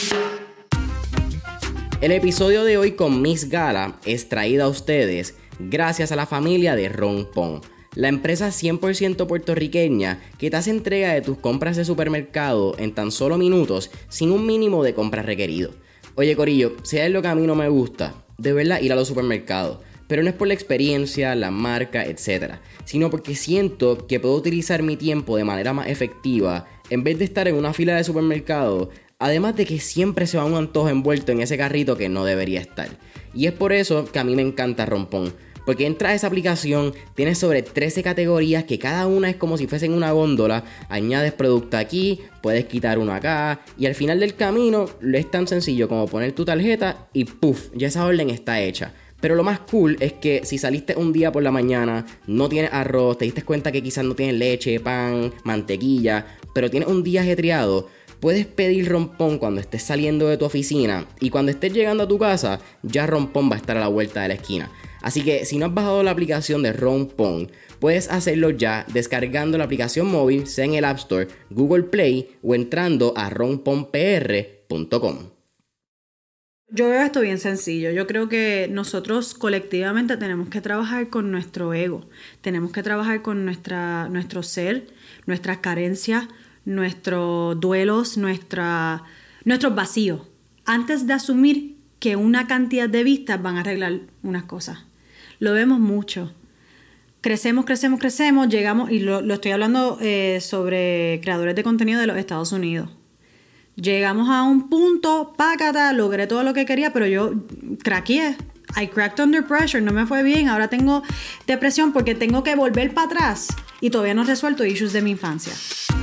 El episodio de hoy con Miss Gala es traído a ustedes gracias a la familia de Rompón, la empresa 100% puertorriqueña que te hace entrega de tus compras de supermercado en tan solo minutos sin un mínimo de compras requerido. Oye Corillo, si es lo que a mí no me gusta, de verdad ir a los supermercados, pero no es por la experiencia, la marca, etc., sino porque siento que puedo utilizar mi tiempo de manera más efectiva en vez de estar en una fila de supermercado, además de que siempre se va un antojo envuelto en ese carrito que no debería estar. Y es por eso que a mí me encanta Rompón, porque entras a esa aplicación, tienes sobre 13 categorías que cada una es como si fuesen una góndola, añades producto aquí, puedes quitar uno acá, y al final del camino es tan sencillo como poner tu tarjeta y ¡puf! Ya esa orden está hecha. Pero lo más cool es que si saliste un día por la mañana, no tienes arroz, te diste cuenta que quizás no tienes leche, pan, mantequilla, pero tienes un día ajetreado, puedes pedir Rompón cuando estés saliendo de tu oficina y cuando estés llegando a tu casa, ya Rompón va a estar a la vuelta de la esquina. Así que si no has bajado la aplicación de Rompón, puedes hacerlo ya descargando la aplicación móvil, sea en el App Store, Google Play o entrando a romponpr.com. Yo veo esto bien sencillo. Yo creo que nosotros colectivamente tenemos que trabajar con nuestro ego. Tenemos que trabajar con nuestro ser, nuestras carencias, nuestros duelos, nuestros vacíos. Antes de asumir que una cantidad de vistas van a arreglar unas cosas. Lo vemos mucho. Crecemos, llegamos, y lo estoy hablando sobre creadores de contenido de los Estados Unidos. Llegamos a un punto, pácata, logré todo lo que quería, pero yo craqueé. I cracked under pressure, no me fue bien, ahora tengo depresión porque tengo que volver para atrás y todavía no he resuelto issues de mi infancia.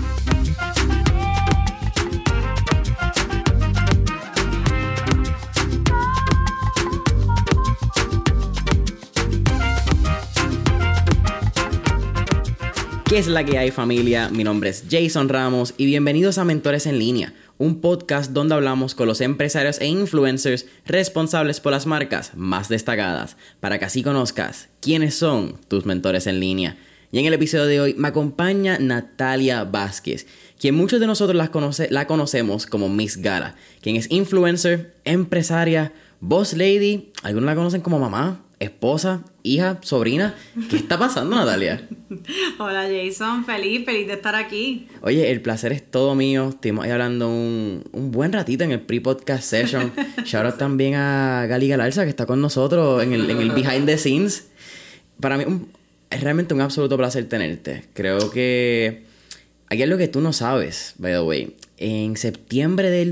¿Qué es la que hay, familia? Mi nombre es Jason Ramos y bienvenidos a Mentores en Línea, un podcast donde hablamos con los empresarios e influencers responsables por las marcas más destacadas, para que así conozcas quiénes son tus mentores en línea. Y en el episodio de hoy me acompaña Natalia Vázquez, quien muchos de nosotros la conocemos como Miss Gala, quien es influencer, empresaria, boss lady, algunos la conocen como mamá, esposa, hija, sobrina. ¿Qué está pasando, Natalia? Hola Jason, feliz de estar aquí. Oye, el placer es todo mío. Estuvimos ahí hablando un buen ratito en el pre-podcast session. Shout out también a Gali Galarza, que está con nosotros en el behind the scenes. Para mí es realmente un absoluto placer tenerte. Creo que aquí es lo que tú no sabes, by the way. En septiembre del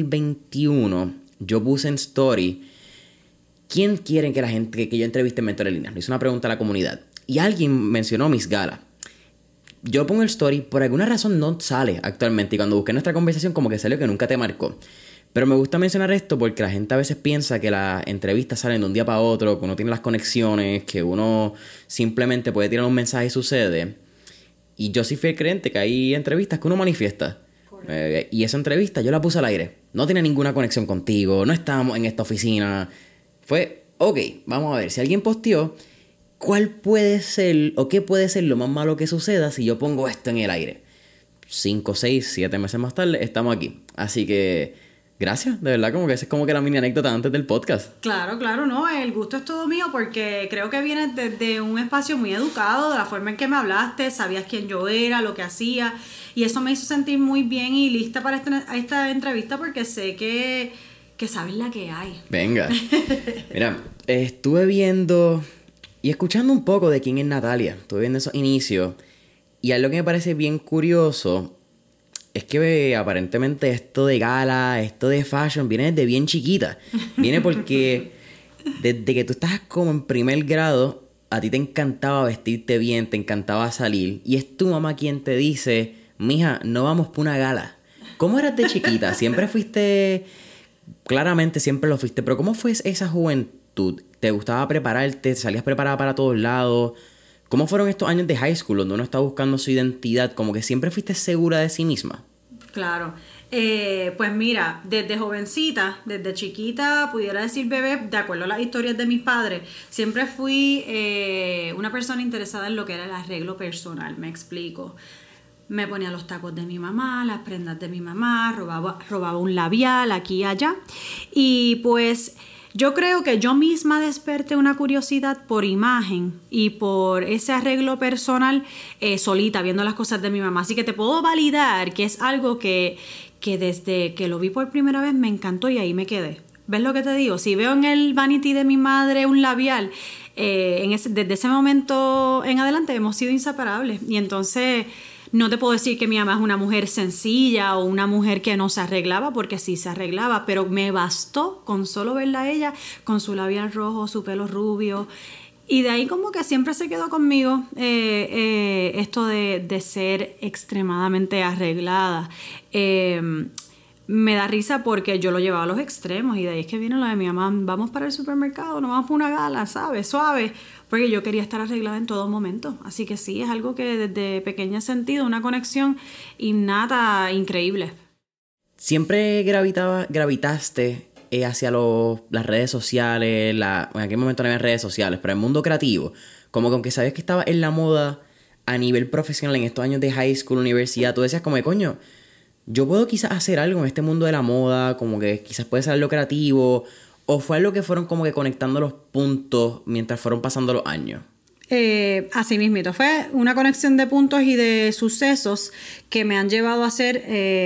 2021 yo puse en story: ¿quién quieren que la gente que yo entreviste en Mentores en Línea? Le hice una pregunta a la comunidad y alguien mencionó Miss Gala. Yo pongo el story, por alguna razón no sale actualmente, y cuando busqué nuestra conversación como que salió que nunca te marcó. Pero me gusta mencionar esto porque la gente a veces piensa que las entrevistas salen de un día para otro, que uno tiene las conexiones, que uno simplemente puede tirar un mensaje y sucede. Y yo soy fiel creyente que hay entrevistas que uno manifiesta. Y esa entrevista yo la puse al aire. No tiene ninguna conexión contigo, no estábamos en esta oficina. Fue, ok, vamos a ver, si alguien posteó, ¿cuál puede ser o qué puede ser lo más malo que suceda si yo pongo esto en el aire? 5, 6, 7 meses más tarde estamos aquí. Así que, gracias, de verdad, como que esa es como que la mini anécdota antes del podcast. Claro, no, el gusto es todo mío porque creo que vienes desde un espacio muy educado, de la forma en que me hablaste, sabías quién yo era, lo que hacía, y eso me hizo sentir muy bien y lista para esta entrevista porque sé que sabes la que hay. Venga. Mira, estuve viendo y escuchando un poco de quién es Natalia. Estuve viendo esos inicios. Y algo que me parece bien curioso es que aparentemente esto de gala, esto de fashion, viene desde bien chiquita. Viene porque desde que tú estás como en primer grado, a ti te encantaba vestirte bien, te encantaba salir. Y es tu mamá quien te dice: mija, no vamos por una gala. ¿Cómo eras de chiquita? ¿Siempre fuiste...? Claramente siempre lo fuiste, pero ¿cómo fue esa juventud? ¿Te gustaba prepararte? ¿Salías preparada para todos lados? ¿Cómo fueron estos años de high school donde uno estaba buscando su identidad? ¿Como que siempre fuiste segura de sí misma? Claro. Pues mira, desde jovencita, desde chiquita, pudiera decir bebé, de acuerdo a las historias de mis padres, siempre fui una persona interesada en lo que era el arreglo personal, me explico. me ponía los tacos de mi mamá, las prendas de mi mamá, robaba un labial aquí y allá. Y pues yo creo que yo misma desperté una curiosidad por imagen y por ese arreglo personal solita, viendo las cosas de mi mamá. Así que te puedo validar que es algo que desde que lo vi por primera vez me encantó y ahí me quedé. ¿Ves lo que te digo? Si veo en el vanity de mi madre un labial, desde ese momento en adelante hemos sido inseparables. Y entonces no te puedo decir que mi mamá es una mujer sencilla o una mujer que no se arreglaba, porque sí se arreglaba, pero me bastó con solo verla a ella con su labial rojo, su pelo rubio. Y de ahí como que siempre se quedó conmigo esto de ser extremadamente arreglada. Me da risa porque yo lo llevaba a los extremos y de ahí es que viene lo de mi mamá, vamos para el supermercado, no vamos para una gala, ¿sabes? Suave, porque yo quería estar arreglada en todo momento. Así que sí, es algo que desde pequeña he sentido, una conexión innata increíble. ¿Siempre gravitaste hacia las redes sociales? En aquel momento no había redes sociales, pero el mundo creativo, como que aunque sabías que estaba en la moda a nivel profesional en estos años de high school, universidad, tú decías como de coño, yo puedo quizás hacer algo en este mundo de la moda, como que quizás puede ser algo creativo, o fue algo que fueron como que conectando los puntos mientras fueron pasando los años. Así mismito, fue una conexión de puntos y de sucesos que me han llevado a hacer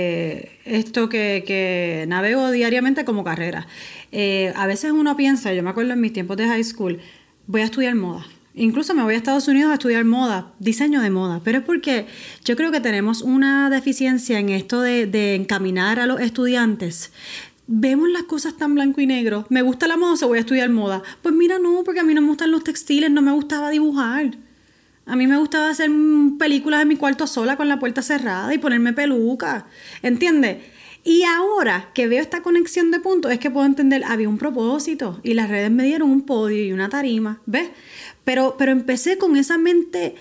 esto que navego diariamente como carrera. A veces uno piensa, yo me acuerdo en mis tiempos de high school, voy a estudiar moda. Incluso me voy a Estados Unidos a estudiar moda, diseño de moda, pero es porque yo creo que tenemos una deficiencia en esto de encaminar a los estudiantes. Vemos las cosas tan blanco y negro. ¿Me gusta la moda o voy a estudiar moda? Pues mira, no, porque a mí no me gustan los textiles, no me gustaba dibujar. A mí me gustaba hacer películas en mi cuarto sola con la puerta cerrada y ponerme peluca, ¿entiendes? Y ahora que veo esta conexión de puntos es que puedo entender, había un propósito y las redes me dieron un podio y una tarima, ¿ves? Pero empecé con esa mente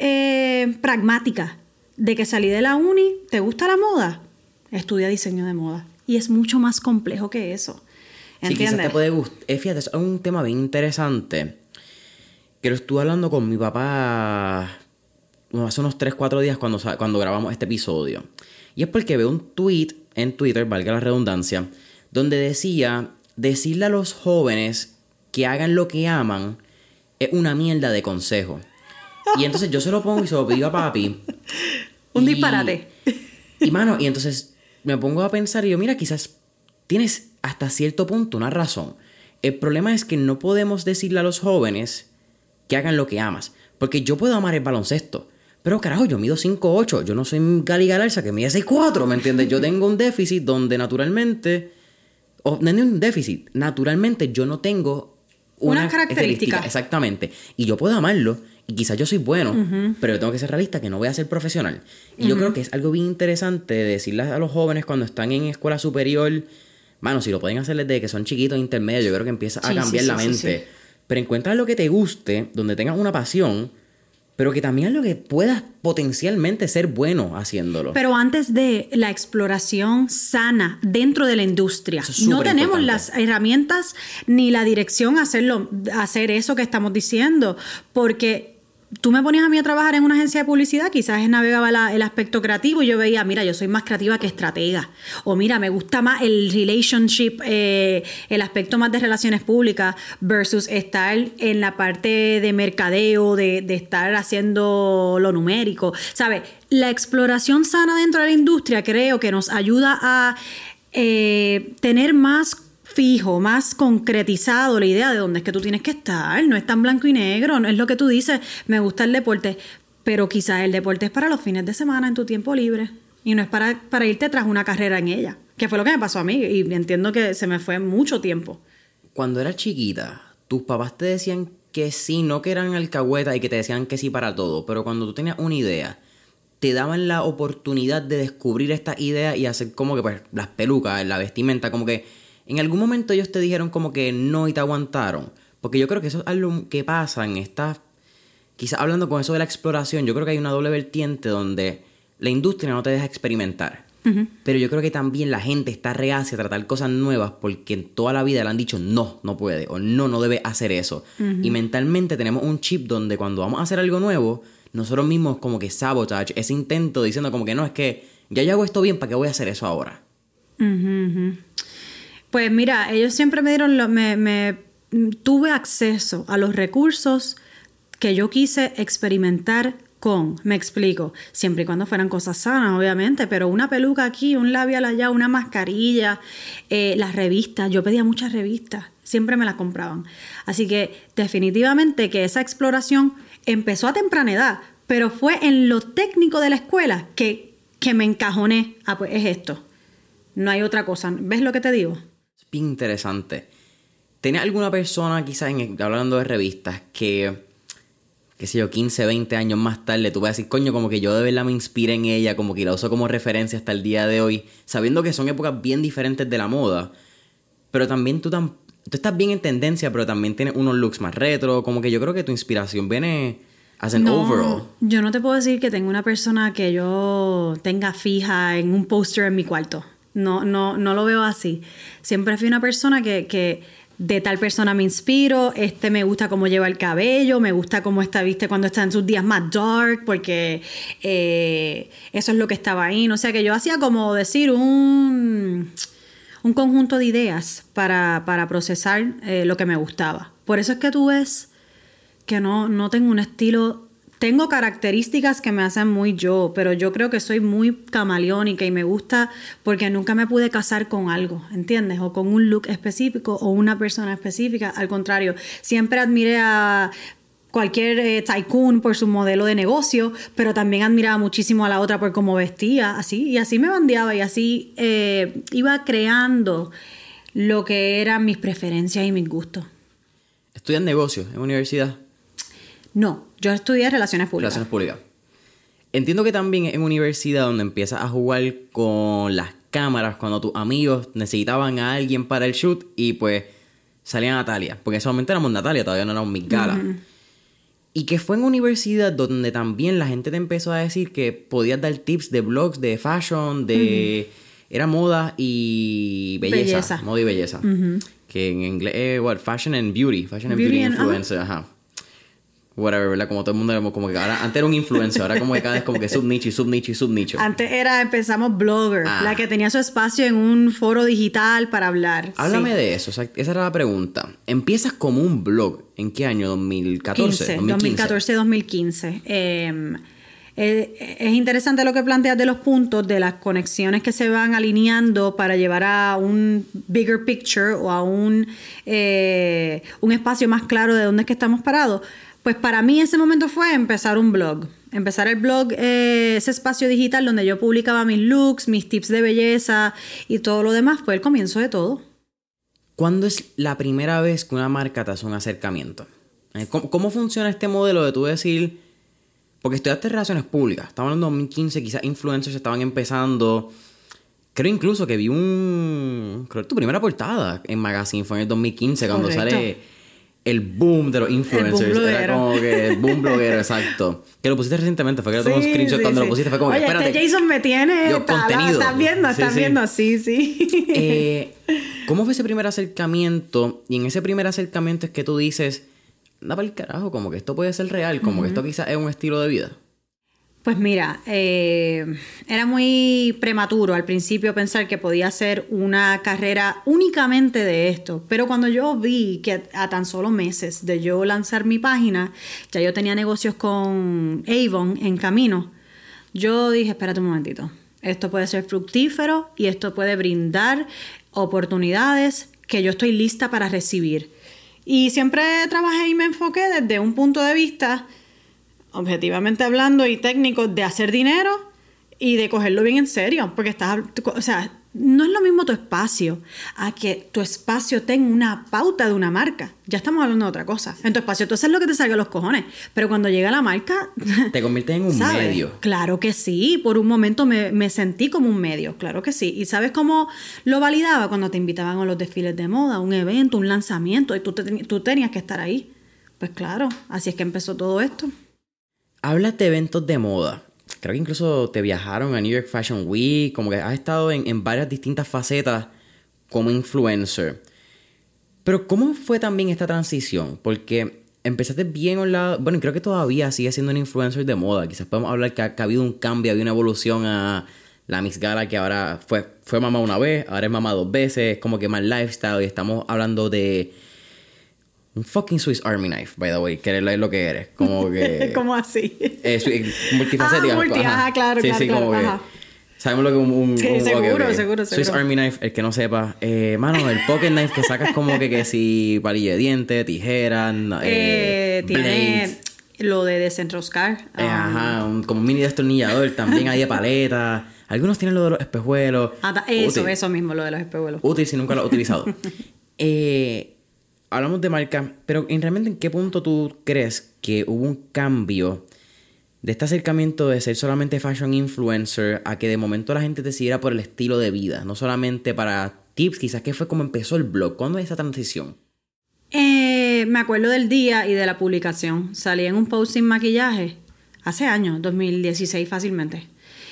pragmática de que salí de la uni, ¿te gusta la moda? Estudia diseño de moda. Y es mucho más complejo que eso. ¿Entiendes? Sí, quizás te puede gustar. Fíjate, es un tema bien interesante que lo estuve hablando con mi papá hace unos 3-4 días cuando grabamos este episodio. Y es porque veo un tweet en Twitter, valga la redundancia, donde decía, decirle a los jóvenes que hagan lo que aman es una mierda de consejo. Y entonces yo se lo pongo y se lo pido a papi. Un disparate. Y mano, y entonces me pongo a pensar y yo, mira, quizás tienes hasta cierto punto una razón. El problema es que no podemos decirle a los jóvenes que hagan lo que amas. Porque yo puedo amar el baloncesto, pero carajo, yo mido 5'8". Yo no soy Gali Galarza que mide 6'4", ¿me entiendes? Yo tengo un déficit donde naturalmente... O no es un déficit. Naturalmente yo no tengo una característica. Exactamente. Y yo puedo amarlo. Y quizás yo soy bueno, pero yo tengo que ser realista, que no voy a ser profesional. Y yo creo que es algo bien interesante decirle a los jóvenes cuando están en escuela superior, mano, si lo pueden hacer desde que son chiquitos, intermedios, yo creo que empieza a cambiar la mente. Sí. Pero encuentra lo que te guste, donde tengas una pasión, pero que también es lo que puedas potencialmente ser bueno haciéndolo. Pero antes de la exploración sana dentro de la industria, no tenemos las herramientas ni la dirección a hacer eso que estamos diciendo, porque tú me ponías a mí a trabajar en una agencia de publicidad, quizás navegaba el aspecto creativo y yo veía, mira, yo soy más creativa que estratega. O mira, me gusta más el relationship, el aspecto más de relaciones públicas versus estar en la parte de mercadeo, de estar haciendo lo numérico. ¿Sabes? La exploración sana dentro de la industria creo que nos ayuda a tener más fijo, más concretizado la idea de dónde es que tú tienes que estar. No es tan blanco y negro, no es lo que tú dices, me gusta el deporte, pero quizás el deporte es para los fines de semana en tu tiempo libre y no es para irte tras una carrera en ella, que fue lo que me pasó a mí y entiendo que se me fue mucho tiempo. Cuando eras chiquita, tus papás te decían que sí, no que eran alcahuetas y que te decían que sí para todo, pero cuando tú tenías una idea, te daban la oportunidad de descubrir esta idea y hacer como que pues las pelucas, la vestimenta, como que en algún momento ellos te dijeron como que no y te aguantaron. Porque yo creo que eso es algo que pasa en esta... Quizás hablando con eso de la exploración, yo creo que hay una doble vertiente donde la industria no te deja experimentar. Pero yo creo que también la gente está reacia a tratar cosas nuevas porque en toda la vida le han dicho no puede o no debe hacer eso. Y mentalmente tenemos un chip donde cuando vamos a hacer algo nuevo nosotros mismos como que sabotage, ese intento diciendo como que no, es que ya yo hago esto bien, ¿para qué voy a hacer eso ahora? Pues mira, ellos siempre me dieron, tuve acceso a los recursos que yo quise experimentar con, me explico, siempre y cuando fueran cosas sanas, obviamente, pero una peluca aquí, un labial allá, una mascarilla, las revistas, yo pedía muchas revistas, siempre me las compraban. Así que definitivamente que esa exploración empezó a temprana edad, pero fue en lo técnico de la escuela que me encajoné. Ah, pues es esto, no hay otra cosa. ¿Ves lo que te digo? Es bien interesante. ¿Tienes alguna persona, quizás hablando de revistas, que qué sé yo, 15, 20 años más tarde, tú vas a decir, coño, como que yo de verdad me inspiré en ella, como que la uso como referencia hasta el día de hoy, sabiendo que son épocas bien diferentes de la moda, pero también tú estás bien en tendencia, pero también tienes unos looks más retro, como que yo creo que tu inspiración viene as an overall. Yo no te puedo decir que tengo una persona que yo tenga fija en un póster en mi cuarto. No lo veo así. Siempre fui una persona que de tal persona me inspiro, me gusta cómo lleva el cabello, me gusta cómo viste cuando está en sus días más dark, porque eso es lo que estaba ahí. O sea que yo hacía como decir un conjunto de ideas para procesar lo que me gustaba. Por eso es que tú ves que no tengo un estilo. Tengo características que me hacen muy yo, pero yo creo que soy muy camaleónica y me gusta porque nunca me pude casar con algo, ¿entiendes? O con un look específico o una persona específica. Al contrario, siempre admiré a cualquier tycoon por su modelo de negocio, pero también admiraba muchísimo a la otra por cómo vestía, así, y así me bandeaba y así iba creando lo que eran mis preferencias y mis gustos. ¿Estudias negocios en universidad? No, yo estudié Relaciones Públicas. Relaciones Públicas. Entiendo que también en universidad donde empiezas a jugar con las cámaras cuando tus amigos necesitaban a alguien para el shoot y pues salía Natalia. Porque en ese momento éramos Natalia, todavía no éramos Miss Gala. Y que fue en universidad donde también la gente te empezó a decir que podías dar tips de blogs, de fashion, de... Era moda y belleza. Moda y belleza. Que en inglés es fashion and beauty. Fashion and beauty influencer, ajá. Whatever, ¿verdad? Como todo el mundo era como que ahora, antes era un influencer, ahora como que cada vez como que subnicho y subnicho y subnicho. Antes empezamos blogger, la que tenía su espacio en un foro digital para hablar. Háblame de eso, o sea, esa era la pregunta. Empiezas como un blog, ¿en qué año? ¿2014? 2014-2015. Es interesante lo que planteas de los puntos, de las conexiones que se van alineando para llevar a un bigger picture o a un espacio más claro de dónde es que estamos parados. Pues para mí ese momento fue empezar un blog. Empezar el blog, ese espacio digital donde yo publicaba mis looks, mis tips de belleza y todo lo demás, fue el comienzo de todo. ¿Cuándo es la primera vez que una marca te hace un acercamiento? ¿Cómo funciona este modelo de tú decir... Porque estudiaste Relaciones Públicas, estamos hablando de 2015, quizás influencers estaban empezando... Creo incluso que vi creo que tu primera portada en Magazine fue en el 2015, cuando Correcto. sale... El boom de los influencers. Era como que el boom bloguero, exacto. Que lo pusiste recientemente, fue que le tomé un screenshot cuando lo pusiste. Fue como, oye, espérate. Jason me tiene... contenido. ¿Estás viendo? Sí. ¿Cómo fue ese primer acercamiento? Y en ese primer acercamiento es que tú dices, anda para el carajo, como que esto puede ser real, como que esto quizás es un estilo de vida. Pues mira, era muy prematuro al principio pensar que podía ser una carrera únicamente de esto, pero cuando yo vi que a tan solo meses de yo lanzar mi página, ya yo tenía negocios con Avon en camino, yo dije, espérate un momentito, esto puede ser fructífero y esto puede brindar oportunidades que yo estoy lista para recibir. Y siempre trabajé y me enfoqué desde un punto de vista... objetivamente hablando y técnico, de hacer dinero y de cogerlo bien en serio, porque no es lo mismo tu espacio a que tu espacio tenga una pauta de una marca. Ya estamos hablando de otra cosa. En tu espacio tú haces lo que te salga a los cojones, pero cuando llega la marca... Te conviertes en un medio. Claro que sí, por un momento me sentí como un medio, claro que sí. ¿Y sabes cómo lo validaba? Cuando te invitaban a los desfiles de moda, un evento, un lanzamiento, y tú tenías que estar ahí. Pues claro, así es que empezó todo esto. Hablas de eventos de moda. Creo que incluso te viajaron a New York Fashion Week. Como que has estado en varias distintas facetas como influencer. Pero ¿cómo fue también esta transición? Porque empezaste bien a un lado... Bueno, y creo que todavía sigue siendo un influencer de moda. Quizás podemos hablar que ha habido un cambio, había una evolución a la Miss Gala, que ahora fue mamá una vez, ahora es mamá 2 veces, como que más lifestyle. Y estamos hablando de un fucking Swiss Army Knife, by the way, que eres lo que eres. Como que... ¿Cómo así? Multifacética. Claro, sí, claro, sí, claro. como que... Sabemos lo que un sí, seguro. Swiss Army Knife, el que no sepa. Mano, el pocket knife que sacas como que si palillo de dientes, tijeras, tiene blades. Lo de desenroscar. Como un mini destornillador también hay de paleta. Algunos tienen lo de los espejuelos. Eso mismo, lo de los espejuelos. Útil si nunca lo has utilizado. Hablamos de marca, pero realmente ¿en qué punto tú crees que hubo un cambio de este acercamiento de ser solamente fashion influencer a que de momento la gente te siguiera por el estilo de vida? No solamente para tips, quizás que fue como empezó el blog. ¿Cuándo es esa transición? Me acuerdo del día y de la publicación. Salí en un post sin maquillaje hace años, 2016 fácilmente.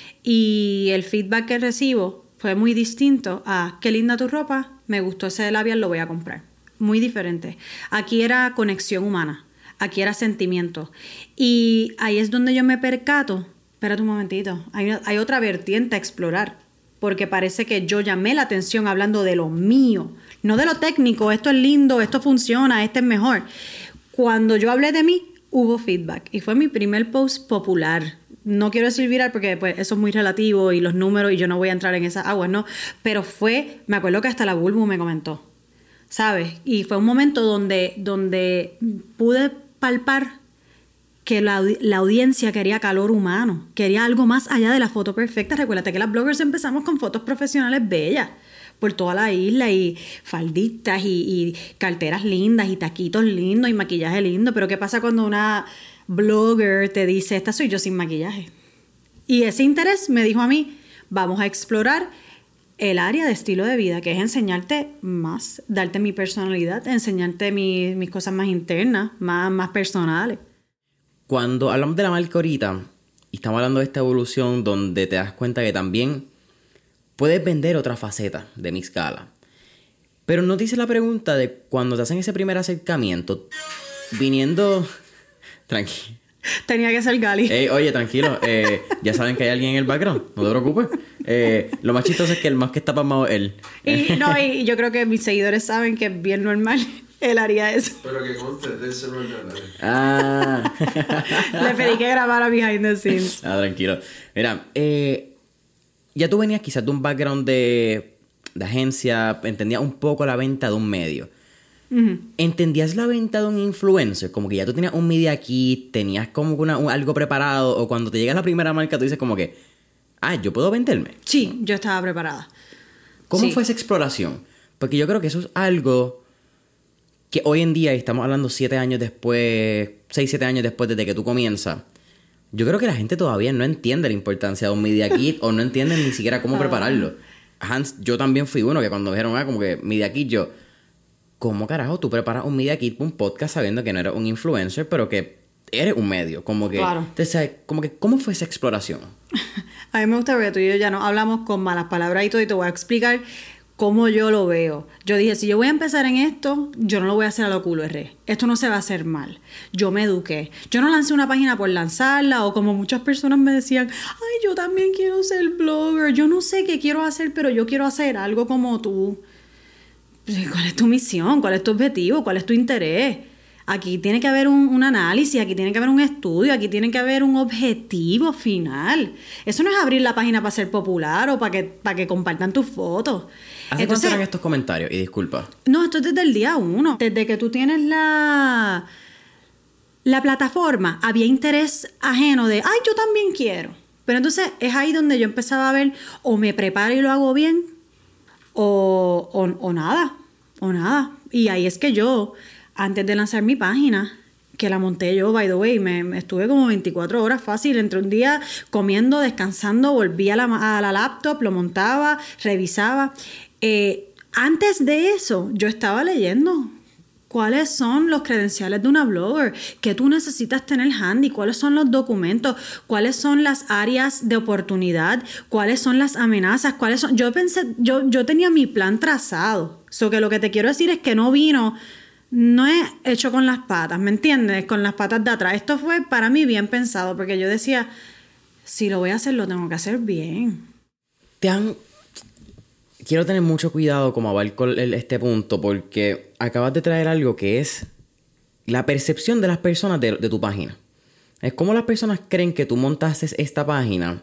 Y el feedback que recibo fue muy distinto a qué linda tu ropa, me gustó ese labial, lo voy a comprar. Muy diferente. Aquí era conexión humana. Aquí era sentimiento. Y ahí es donde yo me percato. Espérate un momentito. Hay otra vertiente a explorar. Porque parece que yo llamé la atención hablando de lo mío. No de lo técnico. Esto es lindo, esto funciona, este es mejor. Cuando yo hablé de mí, hubo feedback. Y fue mi primer post popular. No quiero decir viral porque pues, eso es muy relativo y los números y yo no voy a entrar en esas aguas, ¿no? Pero me acuerdo que hasta la Bulbu me comentó. ¿Sabes? Y fue un momento donde pude palpar que la audiencia quería calor humano, quería algo más allá de la foto perfecta. Recuérdate que las bloggers empezamos con fotos profesionales bellas por toda la isla y falditas y carteras lindas y taquitos lindos y maquillaje lindo. Pero ¿qué pasa cuando una blogger te dice, esta soy yo sin maquillaje? Y ese interés me dijo a mí, vamos a explorar el área de estilo de vida, que es enseñarte más, darte mi personalidad, enseñarte mis cosas más internas, más personales. Cuando hablamos de la marca ahorita, y estamos hablando de esta evolución donde te das cuenta que también puedes vender otra faceta de Miss Gala. Pero no te hice la pregunta de cuando te hacen ese primer acercamiento, viniendo... Tranquilo. Tenía que ser Gali. Oye, tranquilo. Ya saben que hay alguien en el background. No te preocupes. Lo más chistoso es que el más que está pasmado es él. Y yo creo que mis seguidores saben que es bien normal. Él haría eso. Pero que conste, de ese no es nada. Le pedí que grabara behind the scenes. Tranquilo. Mira, ya tú venías quizás de un background de agencia, entendías un poco la venta de un medio. Uh-huh. ¿Entendías la venta de un influencer? Como que ya tú tenías un media kit, tenías como algo preparado, o cuando te llega la primera marca tú dices como que, ¿yo puedo venderme? Sí, yo estaba preparada. ¿Cómo fue esa exploración? Porque yo creo que eso es algo que hoy en día, y estamos hablando 6-7 años después desde que tú comienzas, yo creo que la gente todavía no entiende la importancia de un media kit o no entienden ni siquiera cómo prepararlo. Hans, yo también fui uno que cuando me dijeron, como que media kit, yo... ¿Cómo carajo tú preparas un media kit para un podcast sabiendo que no eres un influencer, pero que eres un medio? Como que, claro. Entonces, como que, ¿cómo fue esa exploración? A mí me gusta porque tú y yo ya no hablamos con malas palabras y todo, y te voy a explicar cómo yo lo veo. Yo dije, si yo voy a empezar en esto, yo no lo voy a hacer a lo culo R. Esto no se va a hacer mal. Yo me eduqué. Yo no lancé una página por lanzarla, o como muchas personas me decían, ay, yo también quiero ser blogger. Yo no sé qué quiero hacer, pero yo quiero hacer algo como tú. ¿Cuál es tu misión? ¿Cuál es tu objetivo? ¿Cuál es tu interés? Aquí tiene que haber un análisis, aquí tiene que haber un estudio, aquí tiene que haber un objetivo final. Eso no es abrir la página para ser popular o para que compartan tus fotos. ¿Hace cuánto eran estos comentarios? Y disculpa. No, esto es desde el día 1. Desde que tú tienes la plataforma, había interés ajeno de, ay, yo también quiero. Pero entonces es ahí donde yo empezaba a ver, o me preparo y lo hago bien, o nada. Y ahí es que yo, antes de lanzar mi página, que la monté yo, by the way, me estuve como 24 horas fácil, entre un día comiendo, descansando, volví a la laptop, lo montaba, revisaba. Antes de eso, yo estaba leyendo cuáles son los credenciales de una blogger, qué tú necesitas tener handy, cuáles son los documentos, cuáles son las áreas de oportunidad, cuáles son las amenazas, cuáles son... Yo tenía mi plan trazado. So que lo que te quiero decir es que no vino no es hecho con las patas, ¿me entiendes? Con las patas de atrás. Esto fue para mí bien pensado, porque yo decía, si lo voy a hacer, lo tengo que hacer bien. Quiero tener mucho cuidado como abarco este punto, porque acabas de traer algo que es la percepción de las personas de tu página. Es como las personas creen que tú montaste esta página.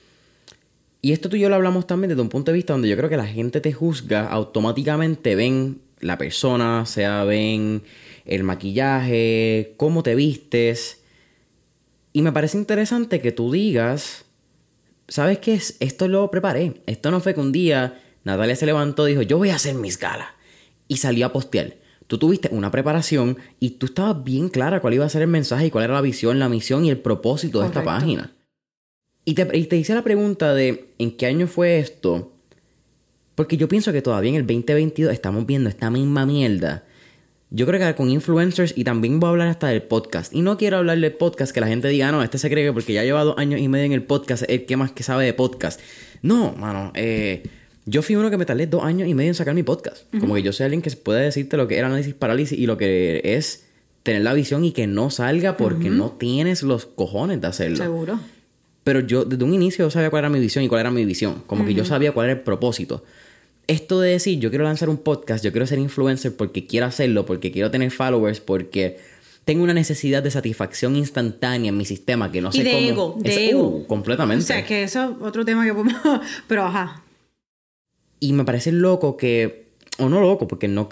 Y esto tú y yo lo hablamos también desde un punto de vista donde yo creo que la gente te juzga automáticamente. Ven la persona, o sea, ven el maquillaje, cómo te vistes. Y me parece interesante que tú digas, ¿sabes qué es? Esto lo preparé. Esto no fue que un día Natalia se levantó y dijo, yo voy a hacer mis galas. Y salió a postear. Tú tuviste una preparación y tú estabas bien clara cuál iba a ser el mensaje y cuál era la visión, la misión y el propósito de esta página. Y te hice la pregunta de ¿en qué año fue esto? Porque yo pienso que todavía en el 2022 estamos viendo esta misma mierda. Yo creo que con influencers, y también voy a hablar hasta del podcast. Y no quiero hablar del podcast que la gente diga, no, este se cree que porque ya lleva 2 años y medio en el podcast es el que más que sabe de podcast. No, mano, yo fui uno que me tardé 2 años y medio en sacar mi podcast. Uh-huh. Como que yo soy alguien que puede decirte lo que era análisis parálisis y lo que es tener la visión y que no salga porque no tienes los cojones de hacerlo. Seguro. Pero yo desde un inicio sabía cuál era mi visión y cuál era mi visión. Como que yo sabía cuál era el propósito. Esto de decir, yo quiero lanzar un podcast, yo quiero ser influencer porque quiero hacerlo, porque quiero tener followers, porque tengo una necesidad de satisfacción instantánea en mi sistema que no sé cómo... De ego. Completamente. O sea, que eso es otro tema que podemos... Pero ajá. Y me parece loco que... O no loco, porque no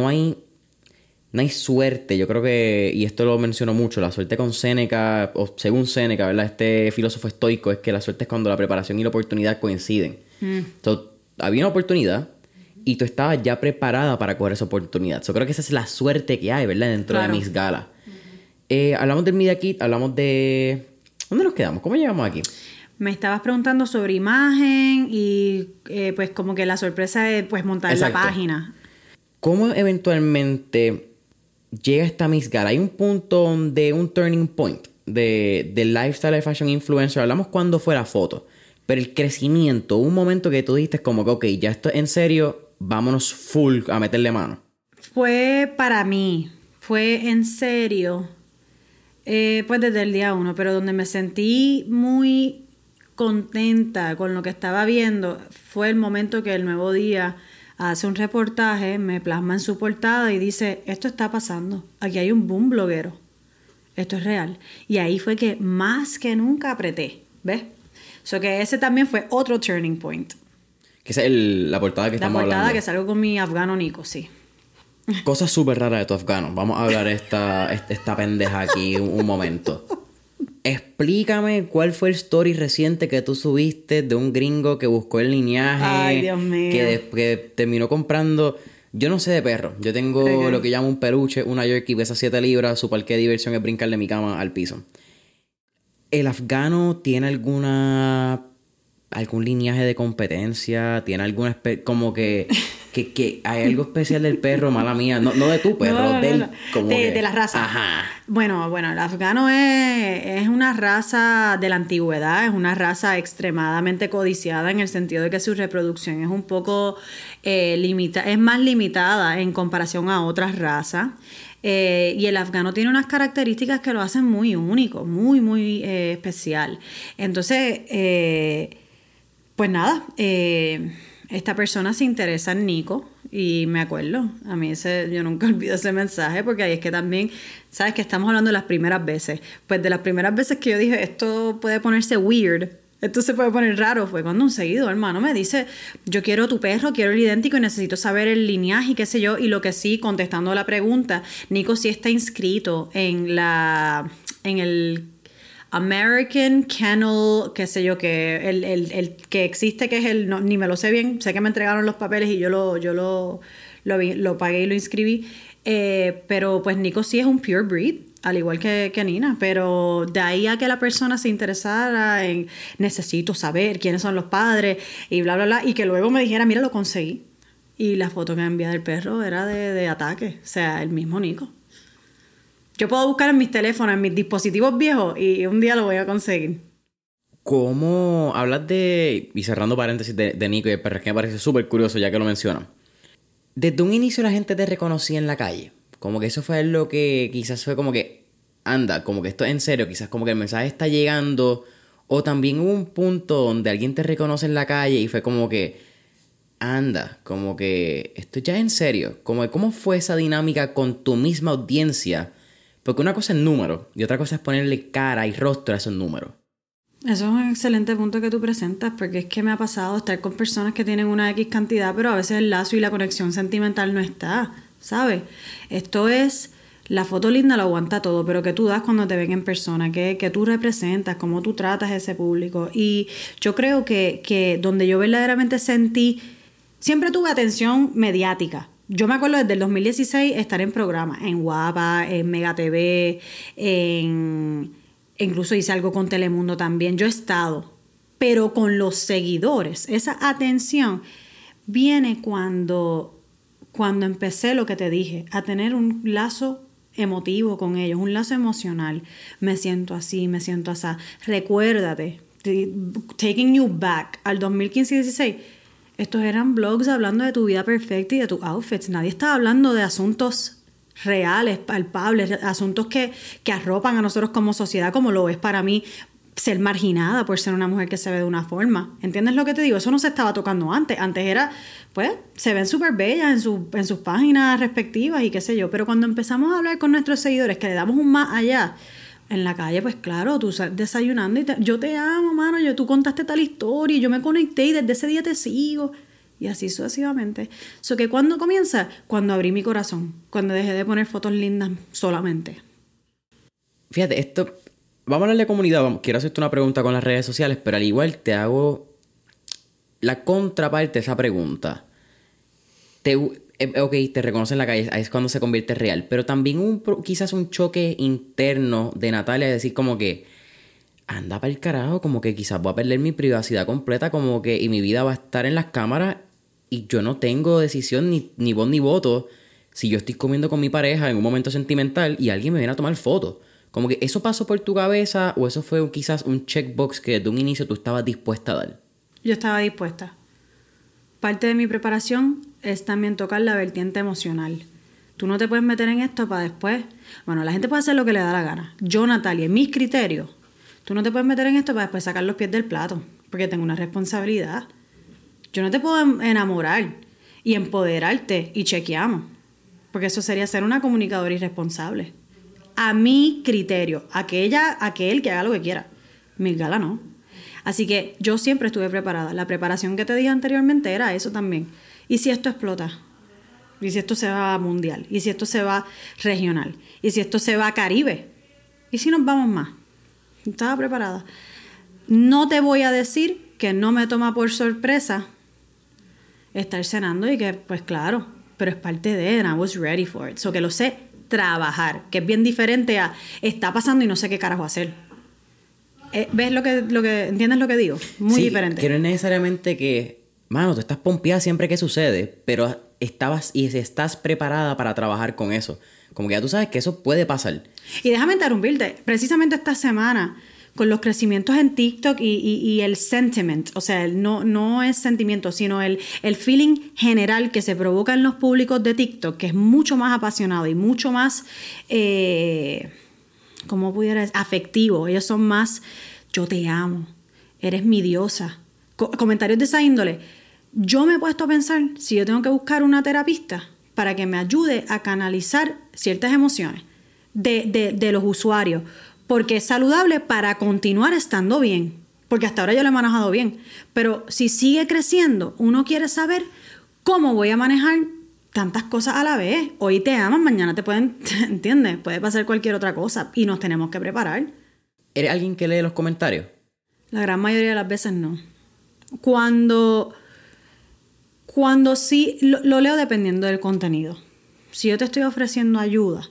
hay suerte. Yo creo que... Y esto lo menciono mucho. La suerte con Séneca, o según Séneca, ¿verdad? Este filósofo estoico, es que la suerte es cuando la preparación y la oportunidad coinciden. Entonces, había una oportunidad y tú estabas ya preparada para coger esa oportunidad. Yo creo que esa es la suerte que hay, ¿verdad? Dentro de mis galas. Hablamos del Media Kit, hablamos de... ¿Dónde nos quedamos? ¿Cómo llegamos aquí? Me estabas preguntando sobre imagen y pues como que la sorpresa de pues montar la página. ¿Cómo eventualmente llega esta Miss Gala? Hay un punto de un turning point de lifestyle y fashion influencer. Hablamos cuando fue la foto. Pero el crecimiento, un momento que tú dijiste como que, ok, ya esto es en serio, vámonos full a meterle mano. Fue para mí, fue en serio, pues desde el día 1, pero donde me sentí muy contenta con lo que estaba viendo fue el momento que El Nuevo Día hace un reportaje, me plasma en su portada y dice, esto está pasando, aquí hay un boom bloguero, esto es real. Y ahí fue que más que nunca apreté, ¿ves? So que ese también fue otro turning point. Que es la portada que estamos hablando. La portada que salgo con mi afgano Nico, sí. Cosas súper raras de tu afgano. Vamos a hablar esta pendeja aquí un momento. Explícame cuál fue el story reciente que tú subiste de un gringo que buscó el lineaje. Ay, Dios mío. Que terminó comprando... Yo no sé de perro. Yo tengo lo que llamo un peluche, una Yorkie, pesa 7 libras. Su parque de diversión es brincar de mi cama al piso. ¿El afgano tiene algún lineaje de competencia? ¿Tiene alguna como que hay algo especial del perro? Mala mía, no de tu perro, de la raza. Ajá. Bueno, el afgano es una raza de la antigüedad, es una raza extremadamente codiciada en el sentido de que su reproducción es un poco es más limitada en comparación a otras razas. Y el afgano tiene unas características que lo hacen muy único, muy, muy especial. Entonces, pues nada, esta persona se interesa en Nico y me acuerdo, a mí yo nunca olvido ese mensaje porque ahí es que también, sabes que estamos hablando de las primeras veces. Pues de las primeras veces que yo dije, esto puede ponerse weird, esto se puede poner raro, fue cuando un seguidor, hermano, me dice, yo quiero tu perro, quiero el idéntico y necesito saber el lineaje y qué sé yo. Y lo que sí, contestando la pregunta, Nico sí está inscrito en el American Kennel, qué sé yo, que el que existe, que es ni me lo sé bien, sé que me entregaron los papeles y yo lo pagué y lo inscribí. Pero pues Nico sí es un pure breed, al igual que Nina, pero de ahí a que la persona se interesara en necesito saber quiénes son los padres y bla, bla, bla, y que luego me dijera, mira, lo conseguí. Y la foto que me envía del perro era de ataque, o sea, el mismo Nico. Yo puedo buscar en mis teléfonos, en mis dispositivos viejos, y un día lo voy a conseguir. ¿Cómo hablas y cerrando paréntesis de Nico y el perro, que me parece súper curioso ya que lo mencionan? Desde un inicio la gente te reconocía en la calle. Como que eso fue lo que quizás fue como que, anda, como que esto es en serio, quizás como que el mensaje está llegando. O también hubo un punto donde alguien te reconoce en la calle y fue como que, anda, como que esto ya es en serio. Como que cómo fue esa dinámica con tu misma audiencia. Porque una cosa es número y otra cosa es ponerle cara y rostro a esos números. Eso es un excelente punto que tú presentas, porque es que me ha pasado estar con personas que tienen una X cantidad, pero a veces el lazo y la conexión sentimental no está, ¿sabes? Esto es, la foto linda lo aguanta todo, pero que tú das cuando te ven en persona, que tú representas, cómo tú tratas a ese público. Y yo creo que donde yo verdaderamente sentí, siempre tuve atención mediática. Yo me acuerdo desde el 2016 estar en programas, en Guapa, en Mega TV, incluso hice algo con Telemundo también. Yo he estado, pero con los seguidores. Esa atención viene cuando empecé lo que te dije, a tener un lazo emotivo con ellos, un lazo emocional. Me siento así, me siento así. Recuérdate, taking you back al 2015 y 16. Estos eran blogs hablando de tu vida perfecta y de tus outfits. Nadie estaba hablando de asuntos reales, palpables, asuntos que arropan a nosotros como sociedad, como lo es para mí ser marginada por ser una mujer que se ve de una forma. ¿Entiendes lo que te digo? Eso no se estaba tocando antes. Antes era, pues, se ven súper bellas en sus páginas respectivas y qué sé yo. Pero cuando empezamos a hablar con nuestros seguidores, que le damos un más allá, en la calle, pues claro, tú desayunando y yo te amo, mano, tú contaste tal historia y yo me conecté y desde ese día te sigo. Y así sucesivamente. So que ¿cuándo comienza? Cuando abrí mi corazón. Cuando dejé de poner fotos lindas solamente. Fíjate, esto... Vamos a hablar de comunidad. Quiero hacerte una pregunta con las redes sociales, pero al igual te hago la contraparte de esa pregunta. Ok, te reconocen en la calle, ahí es cuando se convierte en real. Pero también quizás un choque interno de Natalia de decir como que anda para el carajo, como que quizás voy a perder mi privacidad completa, como que y mi vida va a estar en las cámaras y yo no tengo decisión ni voz ni voto si yo estoy comiendo con mi pareja en un momento sentimental y alguien me viene a tomar fotos. Como que eso pasó por tu cabeza o eso fue quizás un checkbox que desde un inicio tú estabas dispuesta a dar. Yo estaba dispuesta. Parte de mi preparación es también tocar la vertiente emocional. Tú no te puedes meter en esto para después... Bueno, la gente puede hacer lo que le da la gana. Yo, Natalia, en mis criterios, tú no te puedes meter en esto para después sacar los pies del plato, porque tengo una responsabilidad. Yo no te puedo enamorar y empoderarte y chequeamos, porque eso sería ser una comunicadora irresponsable. A mi criterio, aquel que haga lo que quiera. Mis galas no. Así que yo siempre estuve preparada. La preparación que te dije anteriormente era eso también. ¿Y si esto explota? ¿Y si esto se va mundial? ¿Y si esto se va regional? ¿Y si esto se va a Caribe? ¿Y si nos vamos más? Estaba preparada. No te voy a decir que no me toma por sorpresa estar cenando y que, pues claro, pero es parte de, and I was ready for it. So que lo sé trabajar, que es bien diferente a está pasando y no sé qué carajo hacer. ¿Ves lo que entiendes lo que digo? Muy sí, diferente. Que no es necesariamente que, mano, tú estás pompeada siempre que sucede, pero estás preparada para trabajar con eso. Como que ya tú sabes que eso puede pasar. Y déjame interrumpirte. Precisamente esta semana, con los crecimientos en TikTok y el sentiment, o sea, no es sentimiento, sino el feeling general que se provoca en los públicos de TikTok, que es mucho más apasionado y mucho más, ¿cómo pudiera decir? Afectivo. Ellos son más, yo te amo, eres mi diosa. Comentarios de esa índole. Yo me he puesto a pensar si yo tengo que buscar una terapista para que me ayude a canalizar ciertas emociones de los usuarios, porque es saludable para continuar estando bien, porque hasta ahora yo lo he manejado bien, pero si sigue creciendo, uno quiere saber cómo voy a manejar tantas cosas a la vez. Hoy te aman, mañana te pueden, ¿entiendes? Puede pasar cualquier otra cosa y nos tenemos que preparar. ¿Eres alguien que lee los comentarios? La gran mayoría de las veces no. Cuando sí, lo leo dependiendo del contenido. Si yo te estoy ofreciendo ayuda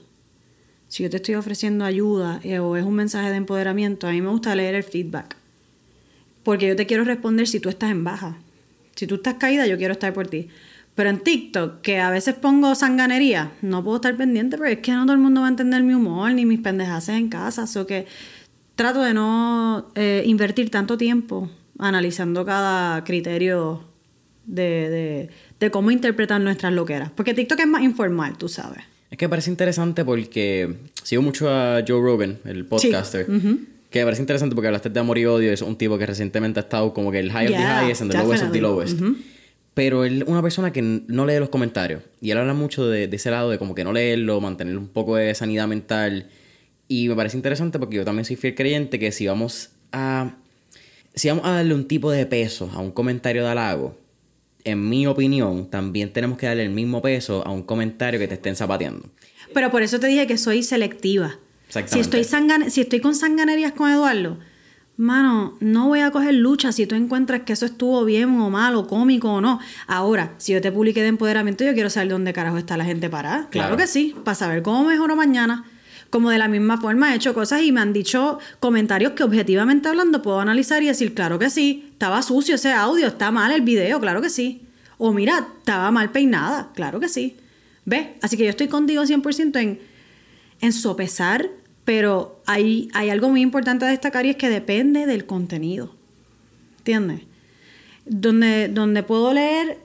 o es un mensaje de empoderamiento, a mí me gusta leer el feedback. Porque yo te quiero responder si tú estás en baja. Si tú estás caída, yo quiero estar por ti. Pero en TikTok, que a veces pongo sanganería, no puedo estar pendiente porque es que no todo el mundo va a entender mi humor ni mis pendejaces en casa. So que trato de no invertir tanto tiempo analizando cada criterio de cómo interpretar nuestras loqueras. Porque TikTok es más informal, tú sabes. Es que me parece interesante porque sigo mucho a Joe Rogan, el podcaster. Sí. Que me parece interesante porque hablaste de amor y odio. Es un tipo que recientemente ha estado como que el high of the highest and the lowest of the lowest. Pero él es una persona que no lee los comentarios. Y él habla mucho de ese lado de como que no leerlo, mantener un poco de sanidad mental. Y me parece interesante porque yo también soy fiel creyente que si vamos a darle un tipo de peso a un comentario de halago, en mi opinión, también tenemos que darle el mismo peso a un comentario que te estén zapateando. Pero por eso te dije que soy selectiva. Exactamente. Si estoy con sanganerías con Eduardo, mano, no voy a coger lucha si tú encuentras que eso estuvo bien o mal o cómico o no. Ahora, si yo te publiqué de empoderamiento, yo quiero saber dónde carajo está la gente parada. Claro que sí, para saber cómo mejoro mañana. Como de la misma forma he hecho cosas y me han dicho comentarios que objetivamente hablando puedo analizar y decir, claro que sí, estaba sucio ese audio, está mal el video, claro que sí. O mira, estaba mal peinada, claro que sí. ¿Ves? Así que yo estoy contigo 100% en sopesar, pero hay algo muy importante a destacar y es que depende del contenido. ¿Entiendes? Donde puedo leer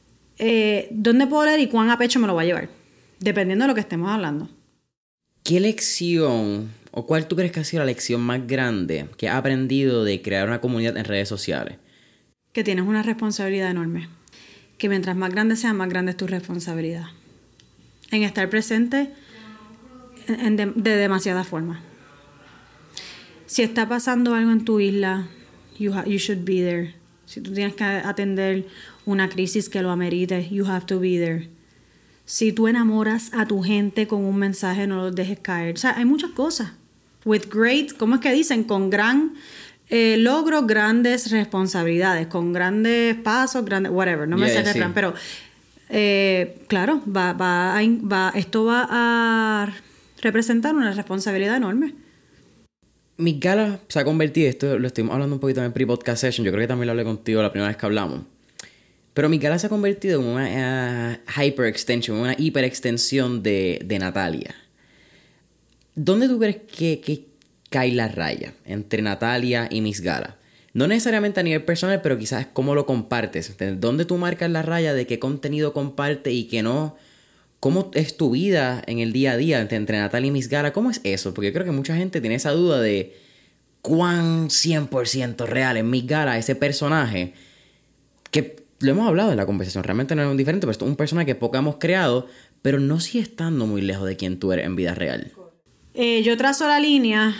y cuán a pecho me lo va a llevar, dependiendo de lo que estemos hablando. ¿Qué lección o cuál tú crees que ha sido la lección más grande que has aprendido de crear una comunidad en redes sociales? Que tienes una responsabilidad enorme. Que mientras más grande sea, más grande es tu responsabilidad. En estar presente de demasiadas formas. Si está pasando algo en tu isla, you should be there. Si tú tienes que atender una crisis que lo amerite, you have to be there. Si tú enamoras a tu gente con un mensaje, no los dejes caer. O sea, hay muchas cosas. With great, ¿cómo es que dicen? Con gran logro, grandes responsabilidades. Con grandes pasos, grandes... Whatever, no me sé el refrán. Pero, claro, esto va a representar una responsabilidad enorme. Mis galas se ha convertido... Esto lo estuvimos hablando un poquito en el pre-podcast session. Yo creo que también lo hablé contigo la primera vez que hablamos. Pero mi gala se ha convertido en una hyper-extension, una hiper-extensión de Natalia. ¿Dónde tú crees que cae la raya entre Natalia y Miss Gala? No necesariamente a nivel personal, pero quizás cómo lo compartes. ¿Dónde tú marcas la raya de qué contenido comparte y qué no? ¿Cómo es tu vida en el día a día entre Natalia y Miss Gala? ¿Cómo es eso? Porque yo creo que mucha gente tiene esa duda de cuán 100% real es Miss Gala, ese personaje que... Lo hemos hablado en la conversación, realmente no es diferente, pero esto es un personaje que poco hemos creado, pero no sigue estando muy lejos de quien tú eres en vida real. Yo trazo la línea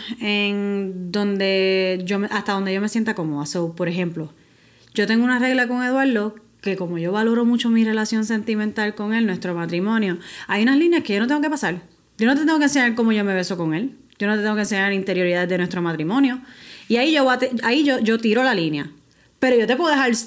hasta donde yo me sienta cómoda. So, por ejemplo, yo tengo una regla con Eduardo que como yo valoro mucho mi relación sentimental con él, nuestro matrimonio, hay unas líneas que yo no tengo que pasar. Yo no te tengo que enseñar cómo yo me beso con él. Yo no te tengo que enseñar interioridades de nuestro matrimonio. Y ahí yo tiro la línea. Pero yo te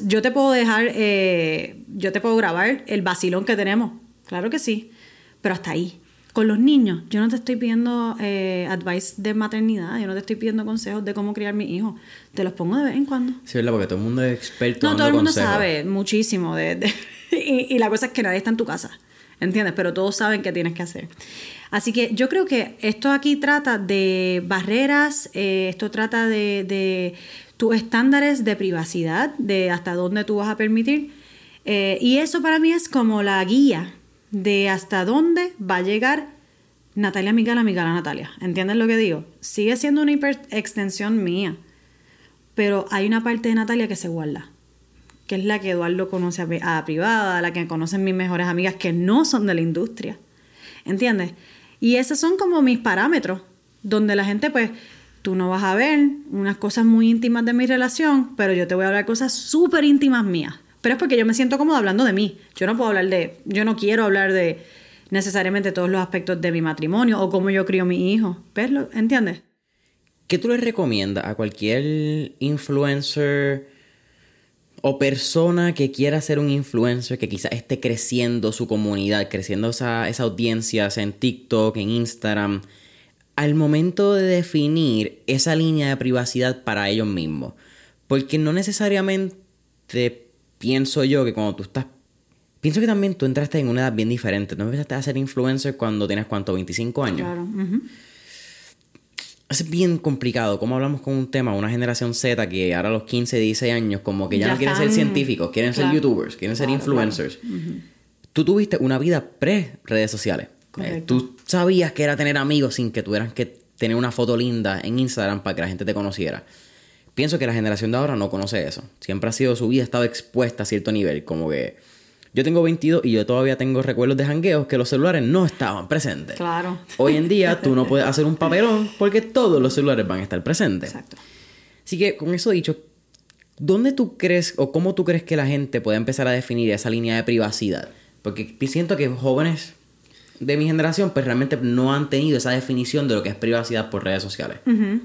puedo grabar el vacilón que tenemos. Claro que sí. Pero hasta ahí. Con los niños, yo no te estoy pidiendo advice de maternidad. Yo no te estoy pidiendo consejos de cómo criar mi hijo. Te los pongo de vez en cuando. Sí, ¿verdad? Porque todo el mundo es experto dando todo el mundo consejos. sabe muchísimo. Y la cosa es que nadie está en tu casa. ¿Entiendes? Pero todos saben qué tienes que hacer. Así que yo creo que esto aquí trata de barreras. Esto trata de tus estándares de privacidad, de hasta dónde tú vas a permitir. Y eso para mí es como la guía de hasta dónde va a llegar Natalia mi gala, Natalia. ¿Entiendes lo que digo? Sigue siendo una hiperextensión mía, pero hay una parte de Natalia que se guarda, que es la que Eduardo conoce a privada, la que conocen mis mejores amigas que no son de la industria. ¿Entiendes? Y esos son como mis parámetros, donde la gente pues... Tú no vas a ver unas cosas muy íntimas de mi relación, pero yo te voy a hablar cosas súper íntimas mías. Pero es porque yo me siento cómoda hablando de mí. Yo no quiero hablar de necesariamente todos los aspectos de mi matrimonio o cómo yo crío a mi hijo. ¿Entiendes? ¿Qué tú le recomiendas a cualquier influencer o persona que quiera ser un influencer, que quizás esté creciendo su comunidad, creciendo esa audiencia, sea en TikTok, en Instagram, al momento de definir esa línea de privacidad para ellos mismos? Porque no necesariamente pienso yo que cuando tú estás... Pienso que también tú entraste en una edad bien diferente. ¿No empezaste a ser influencer cuando tienes, ¿cuánto? 25 años. Claro. Uh-huh. Es bien complicado. ¿Cómo hablamos con un tema? Una generación Z que ahora a los 15, 16 años como que ya no quieren ser científicos, quieren ser youtubers, quieren ser influencers. Claro. Uh-huh. Tú tuviste una vida pre-redes sociales. Correcto. Tú sabías que era tener amigos sin que tuvieras que tener una foto linda en Instagram para que la gente te conociera. Pienso que la generación de ahora no conoce eso. Siempre ha sido su vida, ha estado expuesta a cierto nivel. Como que yo tengo 22 y yo todavía tengo recuerdos de jangueos que los celulares no estaban presentes. Claro. Hoy en día tú no puedes hacer un papelón porque todos los celulares van a estar presentes. Exacto. Así que con eso dicho, ¿dónde tú crees o cómo tú crees que la gente puede empezar a definir esa línea de privacidad? Porque siento que jóvenes de mi generación pues realmente no han tenido esa definición de lo que es privacidad por redes sociales.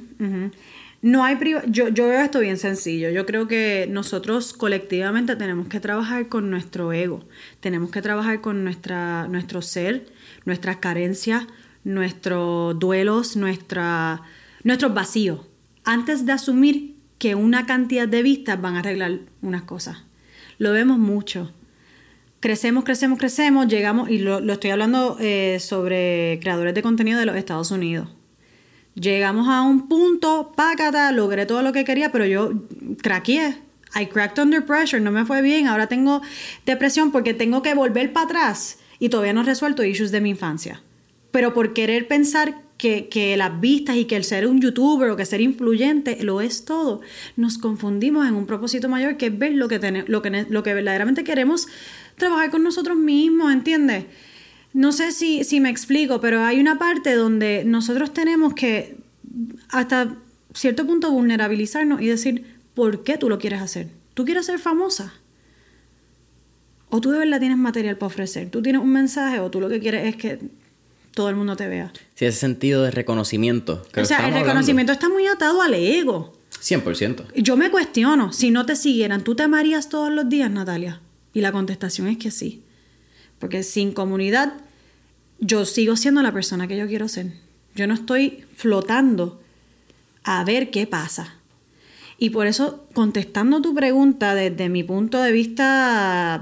No hay yo veo esto bien sencillo. Yo creo que nosotros colectivamente tenemos que trabajar con nuestro ego. Tenemos que trabajar con nuestro ser, nuestras carencias, nuestros duelos, nuestros vacíos. Antes de asumir que una cantidad de vistas van a arreglar unas cosas. Lo vemos mucho. Crecemos, llegamos, y lo estoy hablando sobre creadores de contenido de los Estados Unidos. Llegamos a un punto, pácata, logré todo lo que quería, pero yo craqueé. I cracked under pressure, no me fue bien, ahora tengo depresión porque tengo que volver para atrás y todavía no he resuelto issues de mi infancia. Pero por querer pensar que las vistas y que el ser un youtuber o que ser influyente lo es todo, nos confundimos en un propósito mayor que es ver lo que verdaderamente queremos trabajar con nosotros mismos, ¿entiendes? No sé si me explico, pero hay una parte donde nosotros tenemos que hasta cierto punto vulnerabilizarnos y decir, ¿por qué tú lo quieres hacer? ¿Tú quieres ser famosa? ¿O tú de verdad tienes material para ofrecer? ¿Tú tienes un mensaje o tú lo que quieres es que todo el mundo te vea? Sí, ese sentido de reconocimiento. O sea, el reconocimiento está muy atado al ego. 100%. Yo me cuestiono, si no te siguieran, ¿tú te amarías todos los días, Natalia? Y la contestación es que sí. Porque sin comunidad, yo sigo siendo la persona que yo quiero ser. Yo no estoy flotando a ver qué pasa. Y por eso, contestando tu pregunta desde mi punto de vista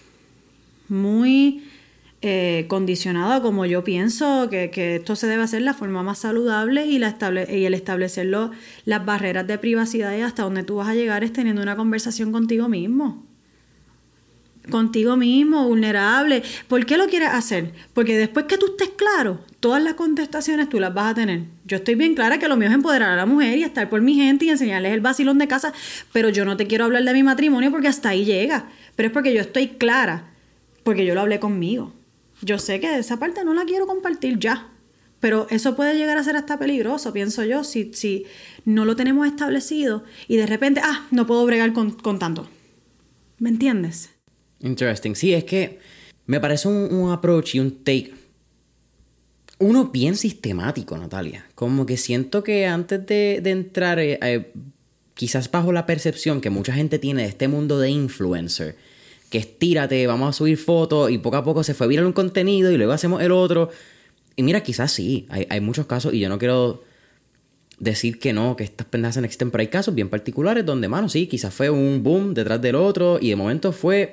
muy condicionado, como yo pienso que esto se debe hacer la forma más saludable y el establecer las barreras de privacidad y hasta donde tú vas a llegar es teniendo una conversación contigo mismo. Contigo mismo, vulnerable. ¿Por qué lo quieres hacer? Porque después que tú estés claro, todas las contestaciones tú las vas a tener. Yo estoy bien clara que lo mío es empoderar a la mujer y estar por mi gente y enseñarles el vacilón de casa, pero yo no te quiero hablar de mi matrimonio porque hasta ahí llega. Pero es porque yo estoy clara, porque yo lo hablé conmigo. Yo sé que esa parte no la quiero compartir ya, pero eso puede llegar a ser hasta peligroso, pienso yo, si no lo tenemos establecido y de repente, no puedo bregar con tanto. ¿Me entiendes? Interesting. Sí, es que me parece un approach y un take uno bien sistemático, Natalia. Como que siento que antes de entrar quizás bajo la percepción que mucha gente tiene de este mundo de influencer, que es tírate, vamos a subir fotos y poco a poco se fue viral un contenido y luego hacemos el otro. Y mira, quizás sí, hay muchos casos y yo no quiero decir que no, que estas pendejas no existen, pero hay casos bien particulares donde, mano, sí, quizás fue un boom detrás del otro y de momento fue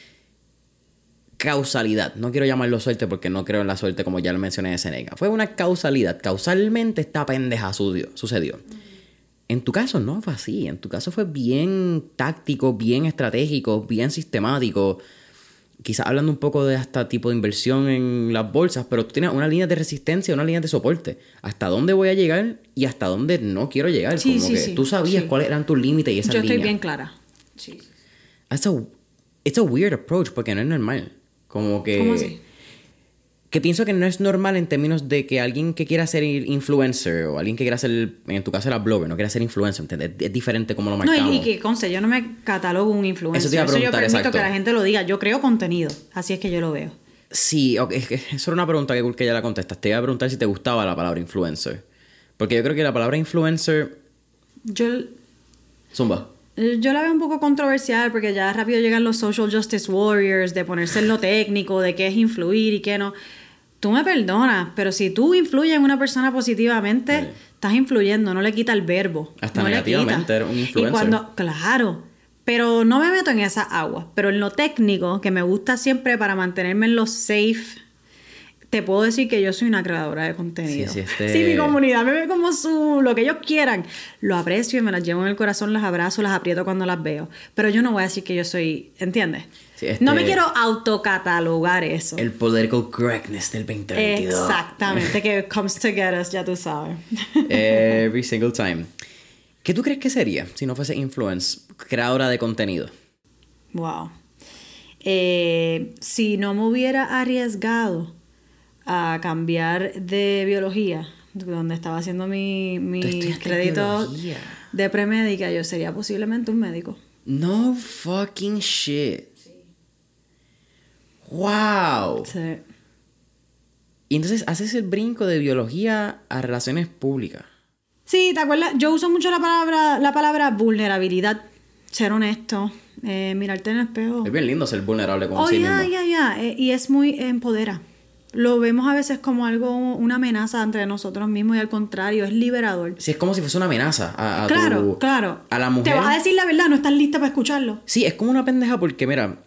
causalidad. No quiero llamarlo suerte porque no creo en la suerte como ya lo mencioné de Seneca. Fue una causalidad. Causalmente esta pendeja sucedió. En tu caso no fue así. En tu caso fue bien táctico, bien estratégico, bien sistemático. Quizás hablando un poco de hasta tipo de inversión en las bolsas, pero tú tienes una línea de resistencia, una línea de soporte. ¿Hasta dónde voy a llegar y hasta dónde no quiero llegar? Sí, como que sí. tú sabías cuáles eran tus límites y esas líneas. Yo estoy bien clara. Sí. It's a weird approach porque no es normal. Como que... ¿Cómo así? Que pienso que no es normal en términos de que alguien que quiera ser influencer o alguien que quiera ser, en tu caso era blogger, no quiera ser influencer, ¿entiendes? Es diferente como lo marcamos. No, y que conste, yo no me catalogo un influencer. Eso te iba a preguntar, yo permito exacto. que la gente lo diga. Yo creo contenido. Así es que yo lo veo. Sí, okay, es que eso era una pregunta que ya la contestas. Te iba a preguntar si te gustaba la palabra influencer. Porque yo creo que la palabra influencer... Zumba. Yo la veo un poco controversial porque ya rápido llegan los social justice warriors de ponerse en lo técnico, de qué es influir y qué no. Tú me perdonas, pero si tú influyes en una persona positivamente, sí, estás influyendo, no le quita el verbo. Hasta no negativamente eres un influencer. Claro, pero no me meto en esa agua. Pero en lo técnico, que me gusta siempre para mantenerme en lo safe, te puedo decir que yo soy una creadora de contenido. Sí, Si mi comunidad me ve como lo que ellos quieran, lo aprecio y me las llevo en el corazón, las abrazo, las aprieto cuando las veo. Pero yo no voy a decir que yo soy, ¿entiendes? Sí, no me quiero autocatalogar eso. El political correctness del 2022. Exactamente, que comes to get us, ya tú sabes. Every single time. ¿Qué tú crees que sería si no fuese influence, creadora de contenido? Wow. Si no me hubiera arriesgado a cambiar de biología, donde estaba haciendo mi crédito de premédica, yo sería posiblemente un médico. No fucking shit. Sí. Wow. Sí. Y entonces haces el brinco de biología a relaciones públicas. Sí, ¿te acuerdas? Yo uso mucho la palabra vulnerabilidad, ser honesto, mirarte en el espejo. Es bien lindo ser vulnerable con sí mismo. Y es muy empodera. Lo vemos a veces como algo, una amenaza entre nosotros mismos y al contrario, es liberador. Sí, es como si fuese una amenaza a la mujer. Te vas a decir la verdad, no estás lista para escucharlo. Sí, es como una pendeja porque, mira,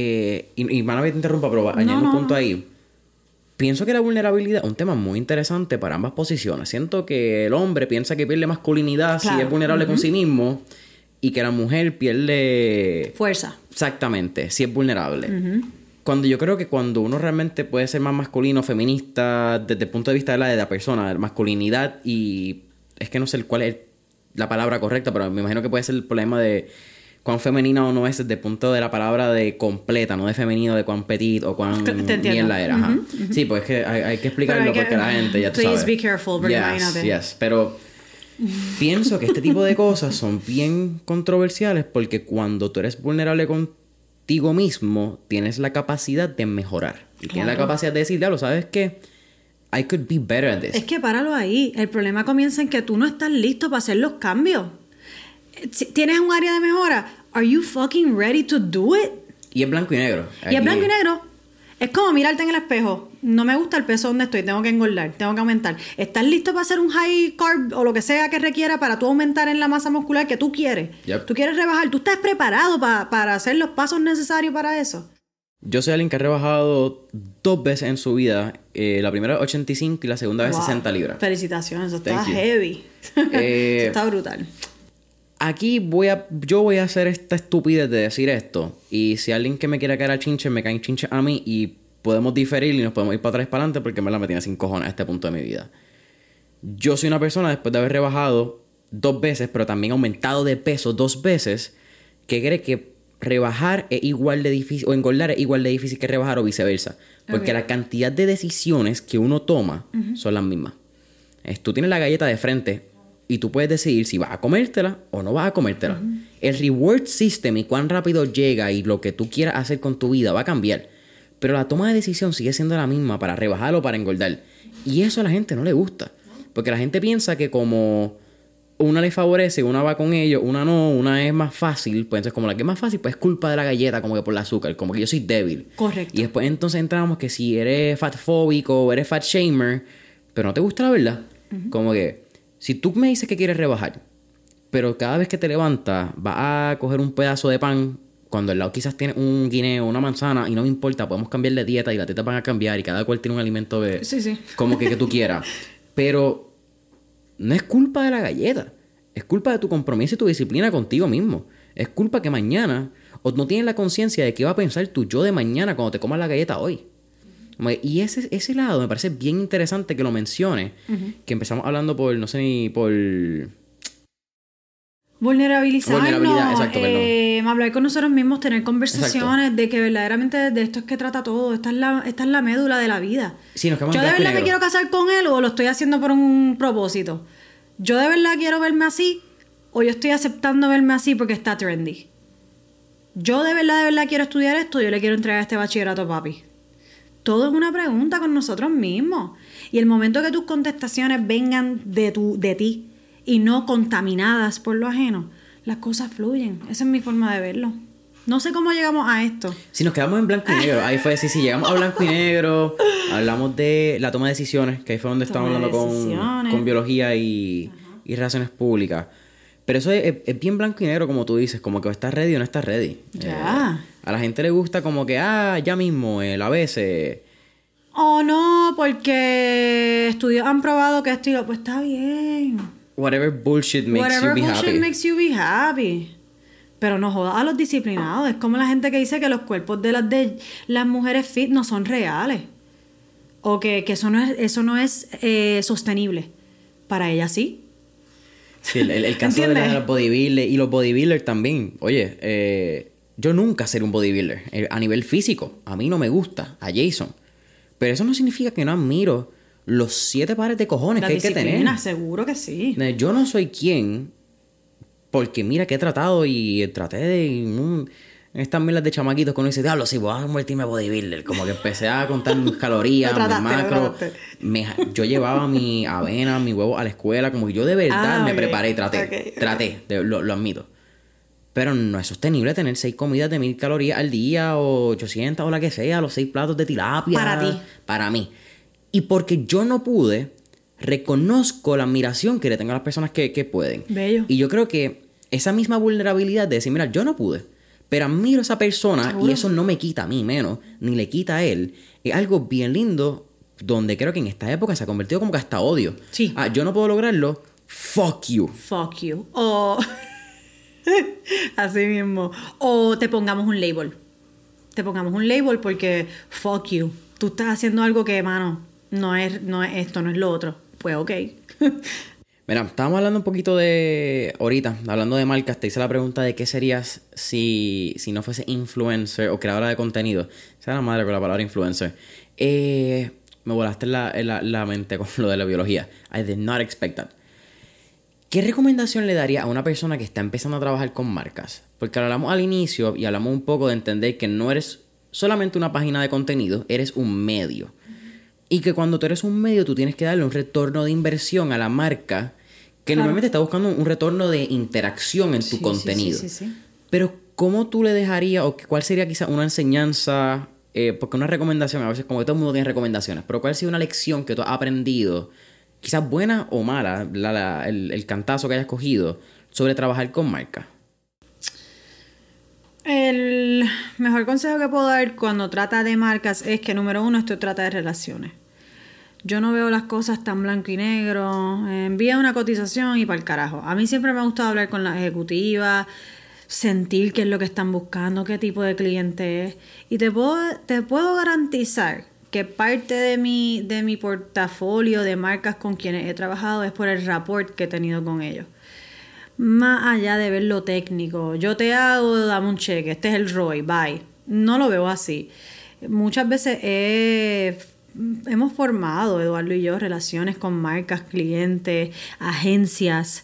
y mala vez te interrumpa, pero añadiendo un punto ahí. Pienso que la vulnerabilidad es un tema muy interesante para ambas posiciones. Siento que el hombre piensa que pierde masculinidad si es vulnerable con sí mismo y que la mujer pierde... fuerza. Exactamente, si es vulnerable. Cuando yo creo que cuando uno realmente puede ser más masculino, feminista, desde el punto de vista de la persona, de la masculinidad, y es que no sé cuál es la palabra correcta, pero me imagino que puede ser el problema de cuán femenina o no es desde el punto de la palabra de completa, no de femenino, de cuán petit o cuán mierda era. Ajá. Sí, pues es que hay que explicarlo porque la gente ya tú sabes. Please be careful, porque imagínate. Yes, pero pienso que este tipo de cosas son bien controversiales porque cuando tú eres vulnerable contigo mismo, tienes la capacidad de mejorar. Y tienes la capacidad de decir, diablo, ¿sabes qué? I could be better at this. Es que páralo ahí. El problema comienza en que tú no estás listo para hacer los cambios. ¿Tienes un área de mejora? Are you fucking ready to do it? Y es blanco y negro. Y es blanco y negro. Es como mirarte en el espejo. No me gusta el peso donde estoy. Tengo que engordar. Tengo que aumentar. ¿Estás listo para hacer un high carb o lo que sea que requiera para tú aumentar en la masa muscular que tú quieres? Yep. ¿Tú quieres rebajar? ¿Tú estás preparado para hacer los pasos necesarios para eso? Yo soy alguien que ha rebajado 2 veces en su vida. La primera vez 85 y la segunda vez 60 libras. Felicitaciones. Eso está heavy. Eso está brutal. Aquí yo voy a hacer esta estupidez de decir esto. Y si alguien que me quiera caer al chinche, me cae en chinche a mí y podemos diferir y nos podemos ir para atrás y para adelante porque me tiene sin cojones a este punto de mi vida. Yo soy una persona, después de haber rebajado 2 veces, pero también aumentado de peso 2 veces, que cree que rebajar es igual de difícil, o engordar es igual de difícil que rebajar o viceversa. Porque la cantidad de decisiones que uno toma son las mismas. Tú tienes la galleta de frente y tú puedes decidir si vas a comértela o no vas a comértela. El reward system y cuán rápido llega y lo que tú quieras hacer con tu vida va a cambiar. Pero la toma de decisión sigue siendo la misma para rebajar o para engordar. Y eso a la gente no le gusta. Porque la gente piensa que como una le favorece, una va con ellos, una no, una es más fácil. Pues entonces como la que es más fácil, pues es culpa de la galleta, como que por el azúcar. Como que yo soy débil. Correcto. Y después entonces entramos que si eres fatfóbico o eres fat shamer, pero no te gusta la verdad. Como que si tú me dices que quieres rebajar, pero cada vez que te levantas vas a coger un pedazo de pan, cuando al lado quizás tienes un guineo, una manzana, y no me importa, podemos cambiar de dieta y las dietas van a cambiar y cada cual tiene un alimento de... Sí. Como que tú quieras. Pero no es culpa de la galleta. Es culpa de tu compromiso y tu disciplina contigo mismo. Es culpa que mañana o no tienes la conciencia de qué va a pensar tu yo de mañana cuando te comas la galleta hoy. Y ese lado me parece bien interesante que lo mencione. Que empezamos hablando por, no sé ni por... Vulnerabilidad, exacto, perdón. Hablar con nosotros mismos, tener conversaciones de que verdaderamente de esto es que trata todo. Esta es la médula de la vida. Sí, nos quedamos yo en de blanco y verdad me negro. quiero casar con él o lo estoy haciendo por un propósito. Yo de verdad quiero verme así o yo estoy aceptando verme así porque está trendy. Yo de verdad quiero estudiar esto, yo le quiero entregar este bachillerato a papi. Todo es una pregunta con nosotros mismos. Y el momento que tus contestaciones vengan de ti y no contaminadas por lo ajeno, las cosas fluyen. Esa es mi forma de verlo. No sé cómo llegamos a esto. Si nos quedamos en blanco y negro, ahí fue, sí, llegamos a blanco y negro, hablamos de la toma de decisiones, que ahí fue donde estábamos hablando con biología y relaciones públicas. Pero eso es bien blanco y negro, como tú dices, como que estás ready o no estás ready. Ya. A la gente le gusta como que, ya mismo, a veces. Oh, no, porque estudios han probado que esto y lo... Pues está bien. Whatever bullshit makes Whatever you be bullshit happy. makes you be happy. Pero no jodas a los disciplinados. Es como la gente que dice que los cuerpos de las mujeres fit no son reales. O que eso no es sostenible. Para ellas sí. Sí, el caso de los bodybuilders y los bodybuilders también. Oye, yo nunca seré un bodybuilder a nivel físico. A mí no me gusta, a Jason. Pero eso no significa que no admiro los 7 pares de cojones que hay que tener. Seguro que sí. Yo no soy quien, porque mira que he tratado y traté de... estas milas de chamaquitos que uno dice, diablo, sí, voy a convertirme en bodybuilder. Como que empecé a contar mis calorías, mis macros. Yo llevaba mi avena, mi huevo a la escuela. Como que yo de verdad me preparé y traté. Lo admito. Pero no es sostenible tener 6 comidas de 1000 calorías al día o 800 o la que sea, los 6 platos de tilapia. Para ti. Para mí. Y porque yo no pude, reconozco la admiración que le tengo a las personas que pueden. Bello. Y yo creo que esa misma vulnerabilidad de decir, mira, yo no pude, pero admiro a esa persona. ¿Seguro? Y eso no me quita a mí menos, ni le quita a él. Es algo bien lindo, donde creo que en esta época se ha convertido como que hasta odio. Sí. Yo no puedo lograrlo, fuck you. Fuck you. O... así mismo. O te pongamos un label. Te pongamos un label porque fuck you. Tú estás haciendo algo que, mano, no es esto, no es lo otro. Pues ok. Mira, estábamos hablando un poquito de... Ahorita, hablando de marcas, te hice la pregunta de qué serías si no fuese influencer o creadora de contenido. Sea la madre con la palabra influencer. Me volaste la mente con lo de la biología. I did not expect that. ¿Qué recomendación le daría a una persona que está empezando a trabajar con marcas? Porque hablamos al inicio y hablamos un poco de entender que no eres solamente una página de contenido, eres un medio. Y que cuando tú eres un medio, tú tienes que darle un retorno de inversión a la marca que normalmente está buscando un retorno de interacción en tu contenido. Sí. Pero ¿cómo tú le dejarías o cuál sería quizás una enseñanza? Porque una recomendación, a veces como que todo el mundo tiene recomendaciones, pero ¿cuál sería una lección que tú has aprendido, quizás buena o mala, el cantazo que hayas cogido sobre trabajar con marcas? El mejor consejo que puedo dar cuando trata de marcas es que, número 1, esto trata de relaciones. Yo no veo las cosas tan blanco y negro. Envía una cotización y para el carajo. A mí siempre me ha gustado hablar con las ejecutivas, sentir qué es lo que están buscando, qué tipo de cliente es. Y te puedo garantizar que parte de mi portafolio de marcas con quienes he trabajado es por el rapport que he tenido con ellos. Más allá de ver lo técnico, yo te hago, dame un cheque, este es el ROI, bye. No lo veo así. Muchas veces hemos formado, Eduardo y yo, relaciones con marcas, clientes, agencias,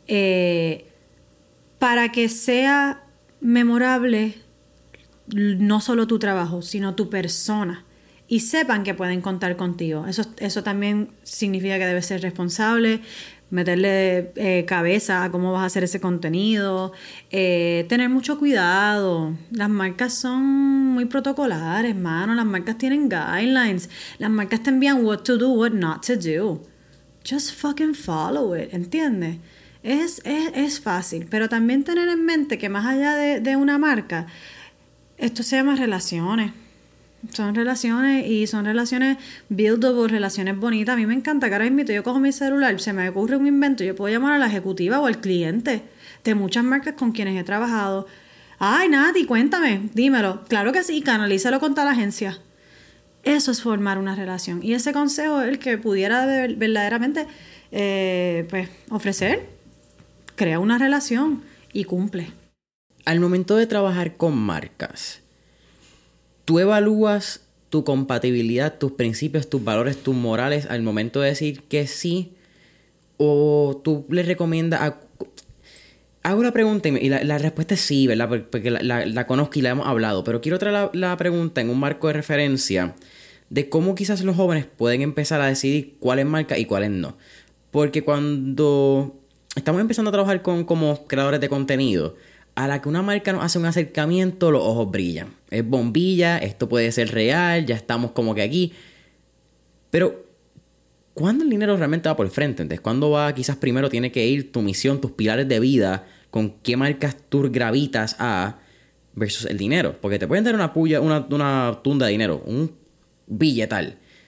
para que sea memorable no solo tu trabajo, sino tu persona. Y sepan que pueden contar contigo. Eso también significa que debes ser responsable, meterle cabeza a cómo vas a hacer ese contenido, tener mucho cuidado. Las marcas son muy protocolares, mano. Las marcas tienen guidelines. Las marcas te envían what to do, what not to do. Just fucking follow it, ¿entiendes? Es fácil, pero también tener en mente que más allá de una marca, esto se llama relaciones. Son relaciones y son relaciones buildable, relaciones bonitas. A mí me encanta que ahora mismo yo cojo mi celular, se me ocurre un invento, yo puedo llamar a la ejecutiva o al cliente de muchas marcas con quienes he trabajado. Ay, Nati, cuéntame, dímelo. Claro que sí, canalízalo con tal agencia. Eso es formar una relación. Y ese consejo es el que pudiera verdaderamente pues, ofrecer. Crea una relación y cumple. Al momento de trabajar con marcas, ¿tú evalúas tu compatibilidad, tus principios, tus valores, tus morales al momento de decir que sí? ¿O tú le recomiendas Hago la pregunta y la respuesta es sí, ¿verdad? Porque la conozco y la hemos hablado. Pero quiero traer la pregunta en un marco de referencia de cómo quizás los jóvenes pueden empezar a decidir cuáles marcas y cuáles no. Porque cuando estamos empezando a trabajar como creadores de contenido, a la que una marca nos hace un acercamiento, los ojos brillan. Es bombilla, esto puede ser real, ya estamos como que aquí. Pero, ¿cuándo el dinero realmente va por el frente? Entonces, ¿cuándo va? Quizás primero tiene que ir tu misión, tus pilares de vida, con qué marcas tú gravitas a versus el dinero. Porque te pueden dar una tunda de dinero, un billetal.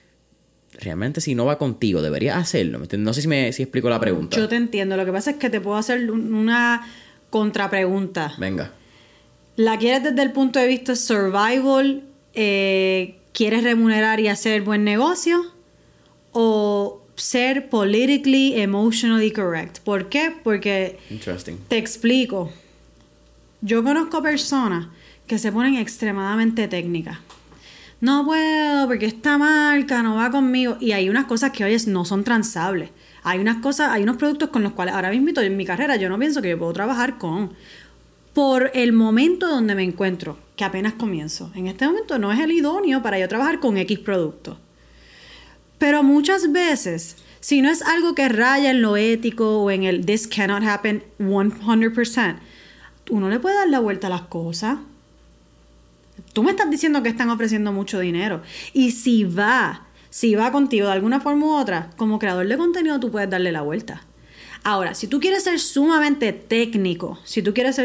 realmente si no va contigo, deberías hacerlo. No sé si explico la pregunta. Yo te entiendo. Lo que pasa es que te puedo hacer una contrapregunta. Venga. ¿La quieres desde el punto de vista survival? ¿Quieres remunerar y hacer buen negocio? ¿O ser politically, emotionally correct? ¿Por qué? Porque te explico. Yo conozco personas que se ponen extremadamente técnicas. No puedo porque esta marca no va conmigo. Y hay unas cosas que, oye, no son transables. Hay unos productos con los cuales ahora mismo en mi carrera yo no pienso que yo puedo trabajar con. Por el momento donde me encuentro, que apenas comienzo. En este momento no es el idóneo para yo trabajar con X productos. Pero muchas veces, si no es algo que raya en lo ético o en el this cannot happen 100%, uno le puede dar la vuelta a las cosas. Tú me estás diciendo que están ofreciendo mucho dinero. Y si va contigo de alguna forma u otra, como creador de contenido tú puedes darle la vuelta. Ahora, si tú quieres ser sumamente técnico, y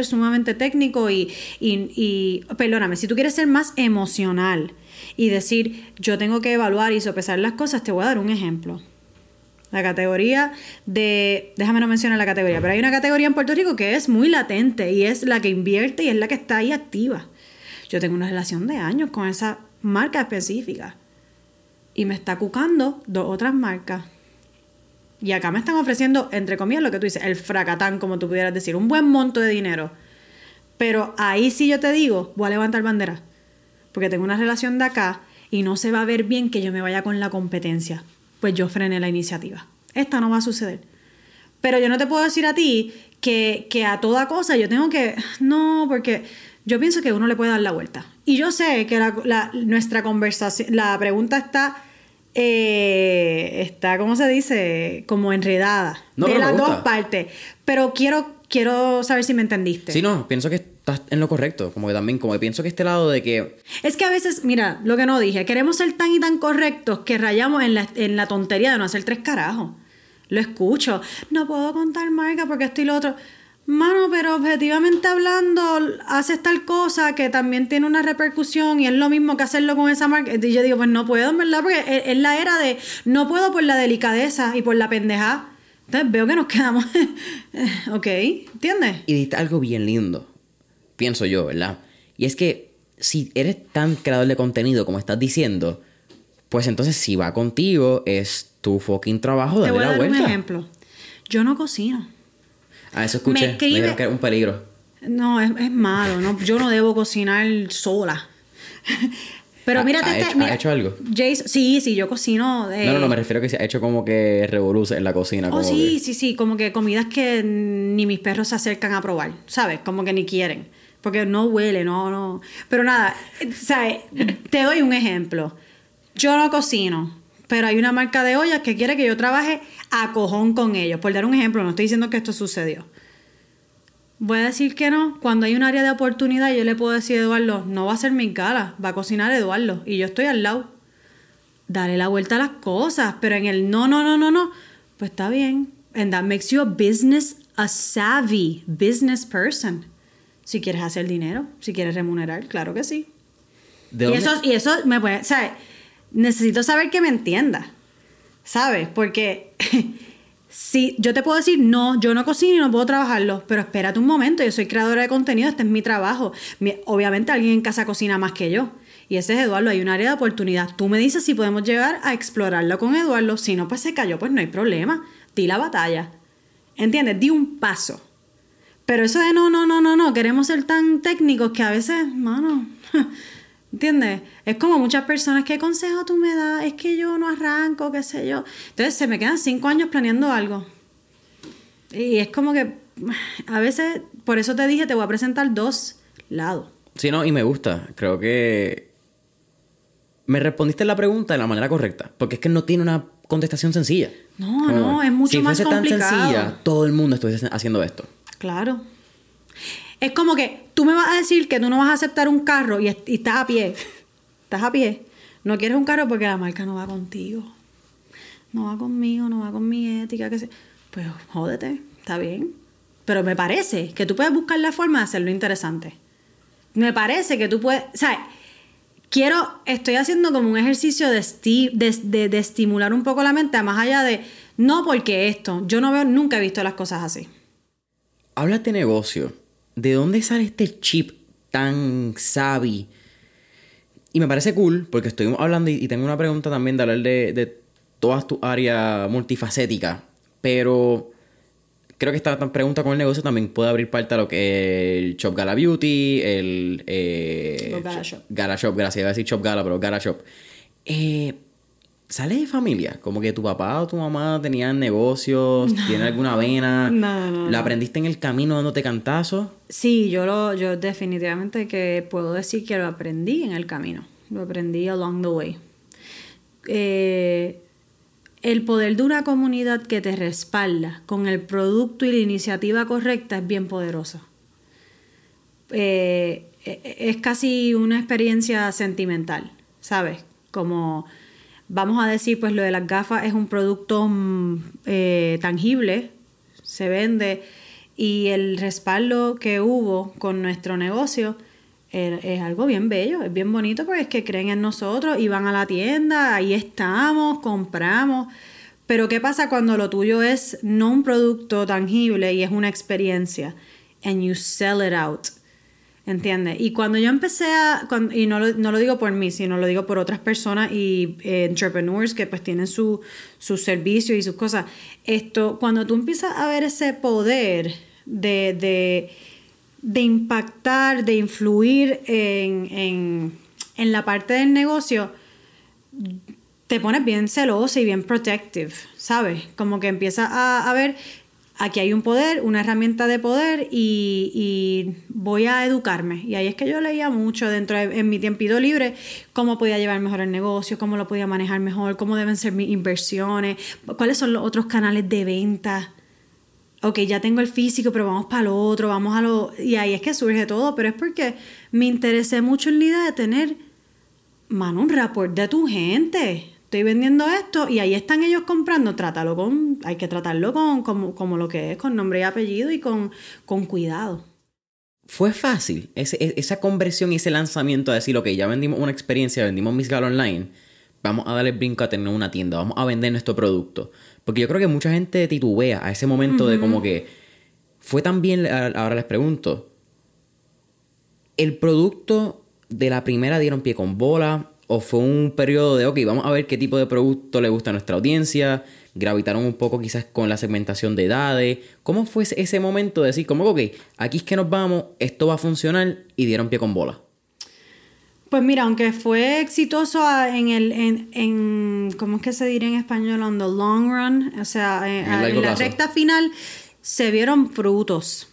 perdóname, si tú quieres ser más emocional y decir, yo tengo que evaluar y sopesar las cosas, te voy a dar un ejemplo. La categoría déjame no mencionar la categoría, pero hay una categoría en Puerto Rico que es muy latente y es la que invierte y es la que está ahí activa. Yo tengo una relación de años con esa marca específica y me está cucando 2 otras marcas. Y acá me están ofreciendo, entre comillas, lo que tú dices, el fracatán, como tú pudieras decir, un buen monto de dinero. Pero ahí sí yo te digo, voy a levantar bandera. Porque tengo una relación de acá y no se va a ver bien que yo me vaya con la competencia. Pues yo frené la iniciativa. Esta no va a suceder. Pero yo no te puedo decir a ti que a toda cosa yo tengo que... No, porque yo pienso que uno le puede dar la vuelta. Y yo sé que nuestra conversación, la pregunta está, ¿cómo se dice? Como enredada. No, de pero las me gusta. dos partes. Pero quiero saber si me entendiste. Sí, no, pienso que estás en lo correcto. Como que pienso que este lado de que... Es que a veces, mira, lo que no dije, queremos ser tan y tan correctos que rayamos en la tontería de no hacer 3 carajos. Lo escucho. No puedo contar marca porque esto y lo otro. Mano, pero objetivamente hablando, haces tal cosa que también tiene una repercusión y es lo mismo que hacerlo con esa marca. Y yo digo, pues no puedo, en verdad, porque es la era de no puedo por la delicadeza y por la pendejada. Entonces veo que nos quedamos... Ok, ¿entiendes? Y dijiste algo bien lindo, pienso yo, ¿verdad? Y es que si eres tan creador de contenido como estás diciendo, pues entonces si va contigo es tu fucking trabajo darle la vuelta. Te voy a dar un ejemplo. Yo no cocino. Ah, eso escuché. Me dijeron que era un peligro. No, es malo. No, yo no debo cocinar sola. Pero mírate ¿Has hecho algo? Jason, sí, yo cocino. No, me refiero a que se ha hecho como que revoluce en la cocina. Oh, sí, como que comidas que ni mis perros se acercan a probar, ¿sabes? Como que ni quieren. Porque no huele, no. Pero nada, ¿sabes? Te doy un ejemplo. Yo no cocino, pero hay una marca de ollas que quiere que yo trabaje a cojón con ellos. Por dar un ejemplo, no estoy diciendo que esto sucedió. Voy a decir que no. Cuando hay un área de oportunidad, yo le puedo decir a Eduardo, no va a ser mi gala, va a cocinar Eduardo. Y yo estoy al lado. Dale la vuelta a las cosas. Pero en el no, pues está bien. And that makes you a savvy business person. Si quieres hacer dinero, si quieres remunerar, claro que sí. Y eso me puede... ¿Sabes? Necesito saber que me entiendas. ¿Sabes? Porque... Sí, yo te puedo decir, no, yo no cocino y no puedo trabajarlo, pero espérate un momento, yo soy creadora de contenido, este es mi trabajo. Obviamente alguien en casa cocina más que yo, y ese es Eduardo, hay un área de oportunidad. Tú me dices si podemos llegar a explorarlo con Eduardo, si no, pues se cayó, pues no hay problema, di la batalla. ¿Entiendes? Di un paso. Pero eso de no, queremos ser tan técnicos que a veces, mano... ¿Entiendes? Es como muchas personas, ¿qué consejo tú me das? Es que yo no arranco, qué sé yo. Entonces se me quedan 5 años planeando algo. Y es como que a veces, por eso te dije, te voy a presentar 2 lados. Sí, no, y me gusta. Creo que me respondiste la pregunta de la manera correcta. Porque es que no tiene una contestación sencilla. No, es mucho más complicado. Si fuese tan sencilla, todo el mundo estuviese haciendo esto. Claro. Es como que tú me vas a decir que tú no vas a aceptar un carro y estás a pie. Estás a pie. No quieres un carro porque la marca no va contigo. No va conmigo, no va con mi ética. Pues jódete, está bien. Pero me parece que tú puedes buscar la forma de hacerlo interesante. Me parece que tú puedes... ¿Sabes? estoy haciendo como un ejercicio de estimular un poco la mente, más allá de, no porque esto, yo nunca he visto las cosas así. Hablas de negocio. ¿De dónde sale este chip tan savvy? Y me parece cool, porque estuvimos hablando y tengo una pregunta también de hablar de todas tus áreas multifacéticas. Pero creo que esta pregunta con el negocio también puede abrir parte a lo que es el Shop Gala Beauty, Gala Shop. Gala Shop, gracias, iba a decir Shop Gala, pero Gala Shop. ¿Sale de familia? Como que tu papá o tu mamá tenían negocios, ¿tienen alguna vena? No. ¿La aprendiste en el camino dándote cantazos? Sí, yo definitivamente que puedo decir que lo aprendí en el camino. Lo aprendí along the way. El poder de una comunidad que te respalda con el producto y la iniciativa correcta es bien poderosa. Es casi una experiencia sentimental, ¿sabes? Como vamos a decir, pues lo de las gafas es un producto tangible, se vende, y el respaldo que hubo con nuestro negocio es algo bien bello, es bien bonito, porque es que creen en nosotros y van a la tienda, ahí estamos, compramos. Pero ¿qué pasa cuando lo tuyo es no un producto tangible y es una experiencia? And you sell it out. ¿Entiendes? Y cuando yo empecé y no lo digo por mí, sino lo digo por otras personas y entrepreneurs que pues tienen sus servicios y sus cosas. Cuando tú empiezas a ver ese poder de impactar, de influir en la parte del negocio, te pones bien celosa y bien protective, ¿sabes? Como que empiezas a ver, aquí hay un poder, una herramienta de poder y voy a educarme. Y ahí es que yo leía mucho en mi tiempito libre, cómo podía llevar mejor el negocio, cómo lo podía manejar mejor, cómo deben ser mis inversiones, cuáles son los otros canales de venta. Ok, ya tengo el físico, pero vamos para lo otro, y ahí es que surge todo, pero es porque me interesé mucho en la idea de tener, un rapport de tu gente. Estoy vendiendo esto y ahí están ellos comprando, hay que tratarlo como lo que es, con nombre y apellido y con cuidado. ¿Fue fácil esa conversión y ese lanzamiento a decir, ok, ya vendimos una experiencia, vendimos Miss Gala Online, vamos a darle el brinco a tener una tienda, vamos a vender nuestro producto? Porque yo creo que mucha gente titubea a ese momento de como que fue tan bien. Ahora les pregunto, ¿el producto de la primera dieron pie con bola? ¿O fue un periodo de, ok, vamos a ver qué tipo de producto le gusta a nuestra audiencia? ¿Gravitaron un poco quizás con la segmentación de edades? ¿Cómo fue ese momento de decir, como, ok, aquí es que nos vamos, esto va a funcionar, y dieron pie con bola? Pues mira, aunque fue exitoso ¿cómo es que se diría en español? On the long run, o sea, en la recta final se vieron frutos.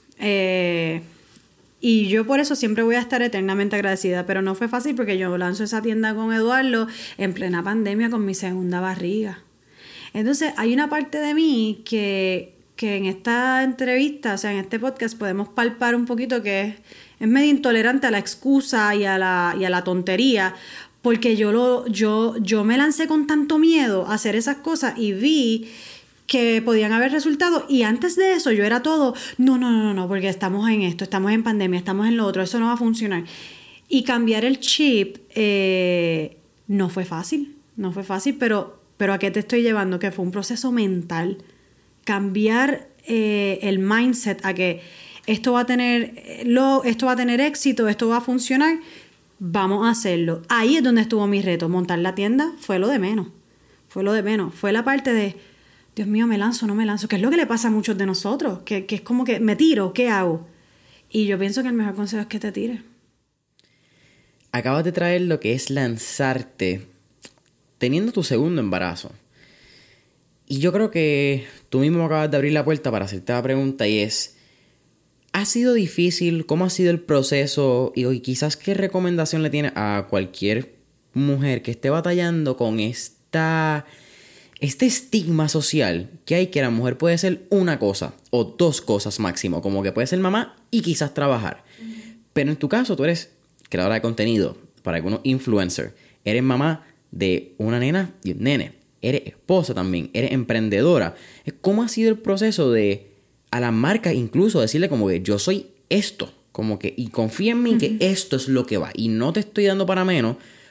Y yo por eso siempre voy a estar eternamente agradecida, pero no fue fácil porque yo lanzo esa tienda con Eduardo en plena pandemia con mi segunda barriga. Entonces hay una parte de mí que en esta entrevista, o sea, en este podcast podemos palpar un poquito que es medio intolerante a la excusa y a la tontería, porque yo me lancé con tanto miedo a hacer esas cosas y vi que podían haber resultados, y antes de eso yo era todo, no, porque estamos en esto, estamos en pandemia, estamos en lo otro, eso no va a funcionar. Y cambiar el chip no fue fácil, pero ¿a qué te estoy llevando? Que fue un proceso mental. Cambiar el mindset a que esto va a tener éxito, esto va a funcionar, vamos a hacerlo. Ahí es donde estuvo mi reto. Montar la tienda fue lo de menos. Fue la parte de, Dios mío, me lanzo, no me lanzo, que es lo que le pasa a muchos de nosotros, que es como que me tiro, ¿qué hago? Y yo pienso que el mejor consejo es que te tires. Acabas de traer lo que es lanzarte teniendo tu segundo embarazo. Y yo creo que tú mismo acabas de abrir la puerta para hacerte la pregunta, y es, ¿ha sido difícil? ¿Cómo ha sido el proceso? Y quizás, ¿qué recomendación le tienes a cualquier mujer que esté batallando con este estigma social que hay, que la mujer puede ser una cosa o dos cosas máximo? Como que puede ser mamá y quizás trabajar. Pero en tu caso, tú eres creadora de contenido para algunos influencers. Eres mamá de una nena y un nene. Eres esposa también, eres emprendedora. ¿Cómo ha sido el proceso de a las marcas incluso decirle como que yo soy esto? Como que, y confía en mí que esto es lo que va. Y no te estoy dando para menos,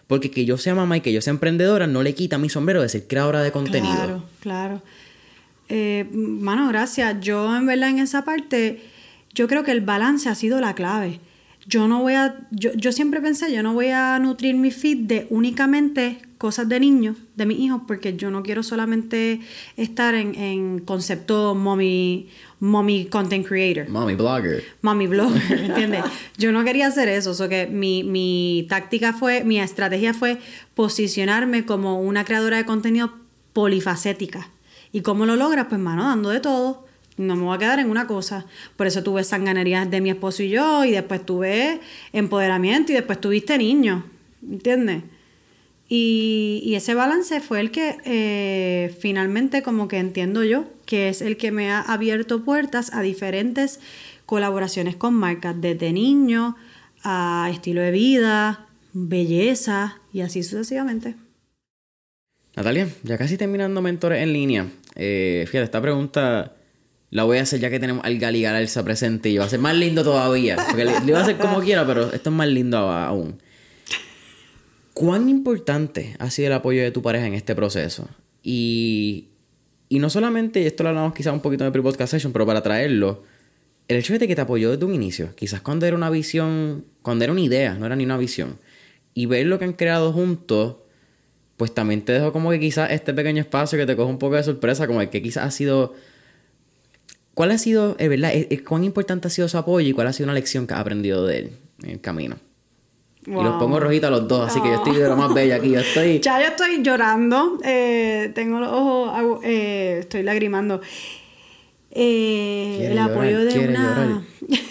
Porque que yo sea mamá y que yo sea emprendedora no le quita mi sombrero de ser creadora de contenido. Claro, claro. Mano, gracias. Yo en verdad en esa parte, yo creo que el balance ha sido la clave. Yo siempre pensé, yo no voy a nutrir mi feed de únicamente cosas de niños, de mis hijos, porque yo no quiero solamente estar en concepto mommy content creator. Mommy blogger. Mommy blogger, ¿entiendes? Yo no quería hacer eso, so que mi estrategia fue posicionarme como una creadora de contenido polifacética. ¿Y cómo lo logras? Pues, mano, dando de todo. No me voy a quedar en una cosa. Por eso tuve sanganerías de mi esposo y yo, y después tuve empoderamiento, y después tuviste niños, ¿entiendes? Y ese balance fue el que finalmente como que entiendo yo, que es el que me ha abierto puertas a diferentes colaboraciones con marcas, desde niños a estilo de vida, belleza, y así sucesivamente. Natalia, ya casi terminando Mentores en Línea. Fíjate, esta pregunta la voy a hacer ya que tenemos al Gali Galarza presente y va a ser más lindo todavía. Porque le iba a hacer como quiera, pero esto es más lindo aún. ¿Cuán importante ha sido el apoyo de tu pareja en este proceso? Y no solamente, esto lo hablamos quizás un poquito en el pre-podcast session, pero para traerlo, el hecho de que te apoyó desde un inicio, quizás cuando era una visión, cuando era una idea, no era ni una visión, y ver lo que han creado juntos, pues también te dejó como que quizás este pequeño espacio que te coge un poco de sorpresa, como el que quizás ha sido... ¿Cuál ha sido, verdad, cuán importante ha sido su apoyo y cuál ha sido una lección que has aprendido de él en el camino? Wow. Y los pongo rojitos a los dos, así que yo estoy de lo más bella aquí. Yo estoy llorando, tengo los ojos, estoy lagrimando. El apoyo de una...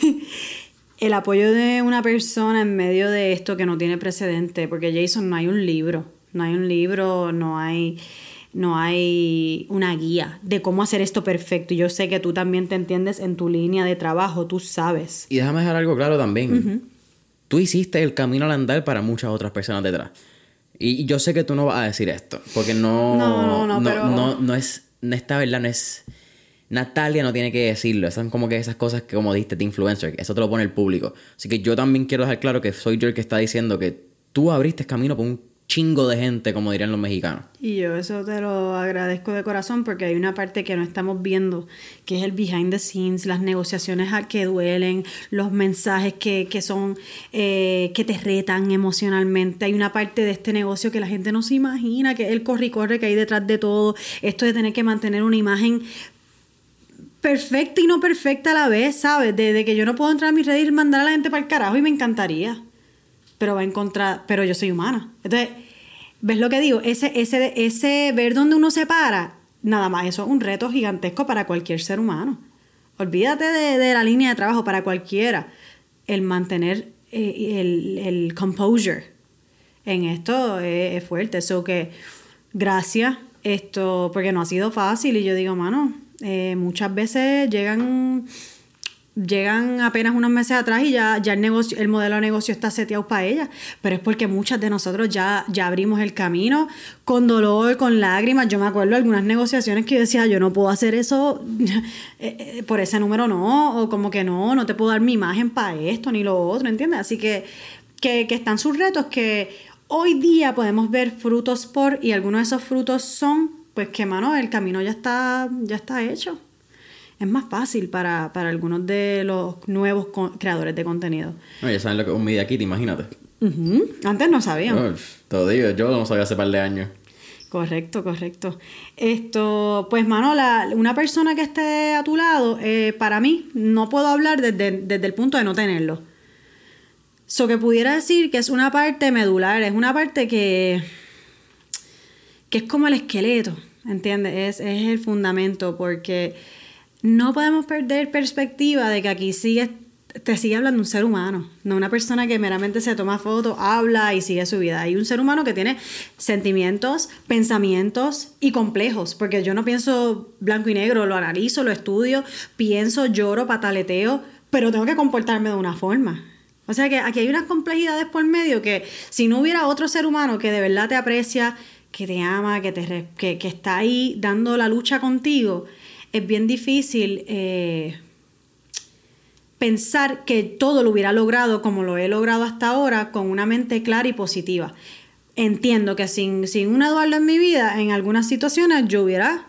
El apoyo de una persona en medio de esto que no tiene precedente, porque Jason, no hay un libro, no hay una guía de cómo hacer esto perfecto. Y yo sé que tú también te entiendes en tu línea de trabajo, tú sabes. Y déjame dejar algo claro también. Uh-huh. Tú hiciste el camino al andar para muchas otras personas detrás. Y yo sé que tú no vas a decir esto, porque no es esta verdad, no es... Natalia no tiene que decirlo. Son como que esas cosas que, como dijiste, de influencer. Eso te lo pone el público. Así que yo también quiero dejar claro que soy yo el que está diciendo que tú abriste camino por un chingo de gente, como dirían los mexicanos. Y yo eso te lo agradezco de corazón, porque hay una parte que no estamos viendo, que es el behind the scenes, las negociaciones que duelen, los mensajes que son que te retan emocionalmente. Hay una parte de este negocio que la gente no se imagina, que es el corre y corre que hay detrás de todo. Esto de tener que mantener una imagen perfecta y no perfecta a la vez, ¿sabes? De que yo no puedo entrar a mis redes y mandar a la gente para el carajo, y me encantaría. Pero yo soy humana. Entonces, ¿ves lo que digo? Ese ver dónde uno se para, nada más, eso es un reto gigantesco para cualquier ser humano. Olvídate de la línea de trabajo, para cualquiera. El mantener el composure en esto es fuerte. Eso que, gracias, porque no ha sido fácil. Y yo digo, mano, muchas veces llegan apenas unos meses atrás y ya el modelo de negocio está seteado para ellas, pero es porque muchas de nosotros ya abrimos el camino con dolor, con lágrimas. Yo me acuerdo de algunas negociaciones que yo decía, yo no puedo hacer eso por ese número, no, o como que no te puedo dar mi imagen para esto ni lo otro, ¿entiendes? Así que están sus retos que hoy día podemos ver frutos y algunos de esos frutos son, pues que, mano, el camino ya está hecho. Es más fácil para algunos de los nuevos creadores de contenido. No, ya saben lo que es un Media Kit, imagínate. Uh-huh. Antes no sabían. No, te lo digo, yo no sabía hace par de años. Correcto. Pues, mano, una persona que esté a tu lado, para mí, no puedo hablar desde el punto de no tenerlo. Que pudiera decir que es una parte medular, es una parte que es como el esqueleto, ¿entiendes? Es el fundamento, porque no podemos perder perspectiva de que aquí te sigue hablando un ser humano, no una persona que meramente se toma fotos, habla y sigue su vida. Hay un ser humano que tiene sentimientos, pensamientos y complejos, porque yo no pienso blanco y negro, lo analizo, lo estudio, pienso, lloro, pataleteo, pero tengo que comportarme de una forma. O sea que aquí hay unas complejidades por medio que si no hubiera otro ser humano que de verdad te aprecia, que te ama, que está ahí dando la lucha contigo, es bien difícil pensar que todo lo hubiera logrado como lo he logrado hasta ahora con una mente clara y positiva. entiendo que sin un Eduardo en mi vida, en algunas situaciones yo hubiera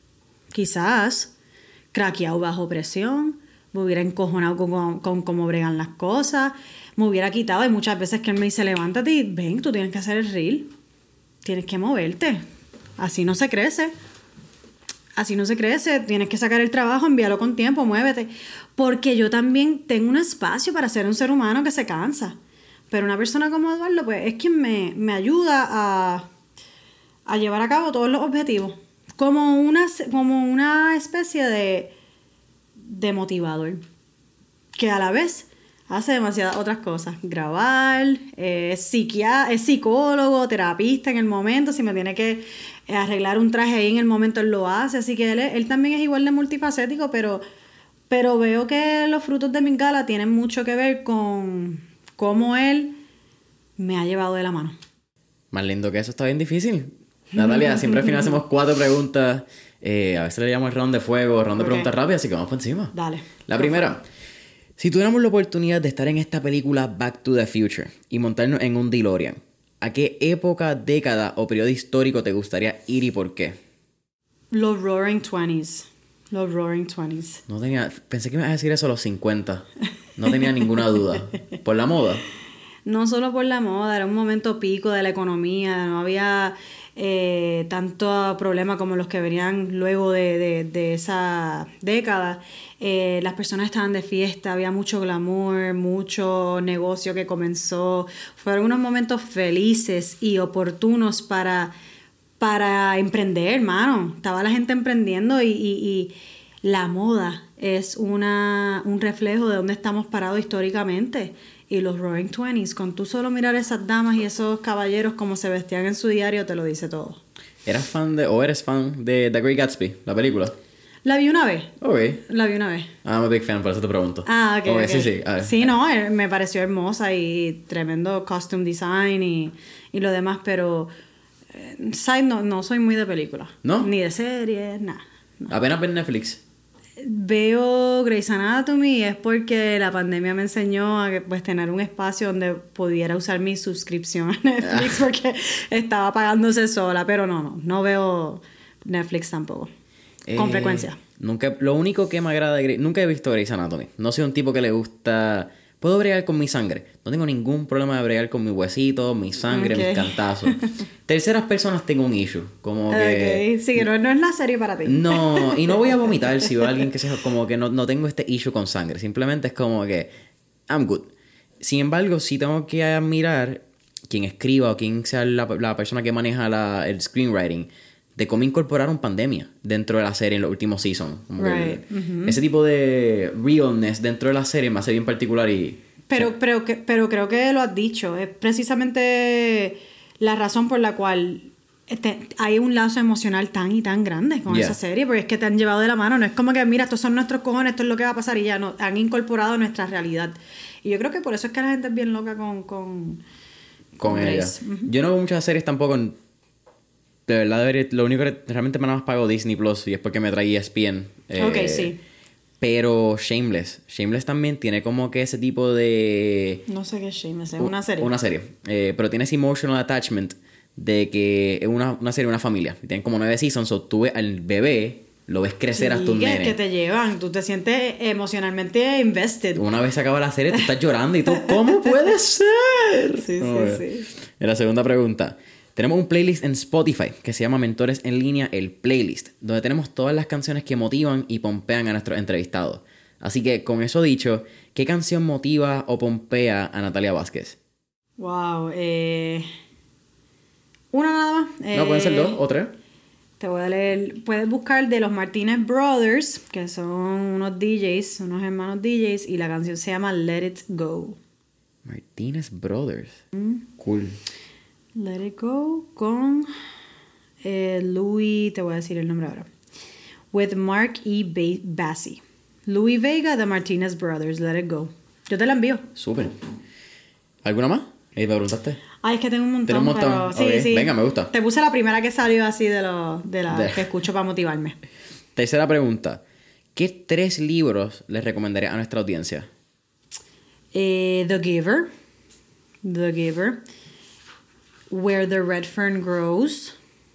quizás craqueado bajo presión, me hubiera encojonado con cómo bregan las cosas, me hubiera quitado. Hay muchas veces que él me dice, levántate y ven, tú tienes que hacer el reel, tienes que moverte, así no se crece. Así no se crece, tienes que sacar el trabajo, envíalo con tiempo, muévete. Porque yo también tengo un espacio para ser un ser humano que se cansa. Pero una persona como Eduardo, pues es quien me ayuda a llevar a cabo todos los objetivos. Como una especie de motivador. Que a la vez hace demasiadas otras cosas. Grabar, es psicólogo, terapista en el momento. Si me tiene que arreglar un traje ahí en el momento, él lo hace. Así que él también es igual de multifacético, pero veo que los frutos de mi gala tienen mucho que ver con cómo él me ha llevado de la mano. Más lindo que eso, está bien difícil. Natalia, siempre al final hacemos 4 preguntas. A veces le llamamos round de fuego, round de preguntas rápidas, así que vamos por encima. Dale. La primera. Si tuviéramos la oportunidad de estar en esta película Back to the Future y montarnos en un DeLorean, ¿a qué época, década o periodo histórico te gustaría ir y por qué? Los Roaring Twenties. Los Roaring Twenties. Pensé que me ibas a decir eso a los 50. No tenía ninguna duda. ¿Por la moda? No solo por la moda, era un momento pico de la economía, no había tanto problema como los que venían luego de esa década. Las personas estaban de fiesta, había mucho glamour, mucho negocio que comenzó. Fueron unos momentos felices y oportunos para emprender, hermano. Estaba la gente emprendiendo y la moda es un reflejo de dónde estamos parados históricamente. Y los Roaring Twenties, con tú solo mirar esas damas y esos caballeros como se vestían en su diario, te lo dice todo. ¿Eres fan de The Great Gatsby, la película? La vi una vez. Ok. La vi una vez. I'm a big fan, por eso te pregunto. Ah, ok. Okay. Sí. A ver. Sí, no, me pareció hermosa y tremendo costume design y lo demás, pero no soy muy de películas. ¿No? Ni de series, nada. No. Apenas ver Netflix. Veo Grey's Anatomy y es porque la pandemia me enseñó a pues tener un espacio donde pudiera usar mi suscripción a Netflix porque estaba pagándose sola, pero no veo Netflix tampoco con frecuencia. Lo único que me agrada de nunca he visto Grey's Anatomy. No soy un tipo que le gusta. Puedo bregar con mi sangre. No tengo ningún problema de bregar con mi huesito, mi sangre, mis cantazos. Terceras personas tengo un issue. Como que... Sí, que no es la serie para ti. No, y no voy a vomitar si veo a alguien que sea como que no tengo este issue con sangre. Simplemente es como que I'm good. Sin embargo, sí tengo que admirar quien escriba o quien sea la persona que maneja el screenwriting de cómo incorporaron pandemia dentro de la serie en los últimos seasons. Right. Ese tipo de realness dentro de la serie me hace bien particular y... Pero creo que lo has dicho. Es precisamente la razón por la cual hay un lazo emocional tan y tan grande con esa serie, porque es que te han llevado de la mano. No es como que, mira, estos son nuestros cojones, esto es lo que va a pasar y ya no. Han incorporado nuestra realidad. Y yo creo que por eso es que la gente es bien loca con ella. Yo no veo muchas series tampoco de verdad, lo único que realmente me más pago Disney Plus y es porque me trae ESPN. Ok, sí. Pero Shameless también tiene como que ese tipo de... No sé qué es Shameless, es una serie. Una serie. Pero tiene ese emotional attachment de que es una serie de una familia. Tienen como 9 seasons, so tú ves al bebé, lo ves crecer hasta un nene. Que te llevan, tú te sientes emocionalmente invested. Una vez se acaba la serie, tú estás llorando y tú, ¿cómo puede ser? Sí. En la segunda pregunta. Tenemos un playlist en Spotify que se llama Mentores en Línea, el playlist, donde tenemos todas las canciones que motivan y pompean a nuestros entrevistados. Así que, con eso dicho, ¿qué canción motiva o pompea a Natalia Vázquez? Wow, una nada más. No, pueden ser 2 o 3. Te voy a leer. Puedes buscar de los Martínez Brothers, que son unos DJs, unos hermanos DJs, y la canción se llama Let It Go. Martínez Brothers. Cool. Let It Go con Louis, te voy a decir el nombre ahora. With Mark E. Bassi. Louis Vega, The Martinez Brothers, Let It Go. Yo te la envío. Súper. ¿Alguna más? ¿Me preguntaste? Ay, es que tengo un montón. ¿Tienes un montón? Pero... Okay. Sí. Venga, me gusta. Te puse la primera que salió así de la que escucho para motivarme. Tercera pregunta. ¿Qué 3 libros les recomendaría a nuestra audiencia? The Giver. Where the Red Fern Grows.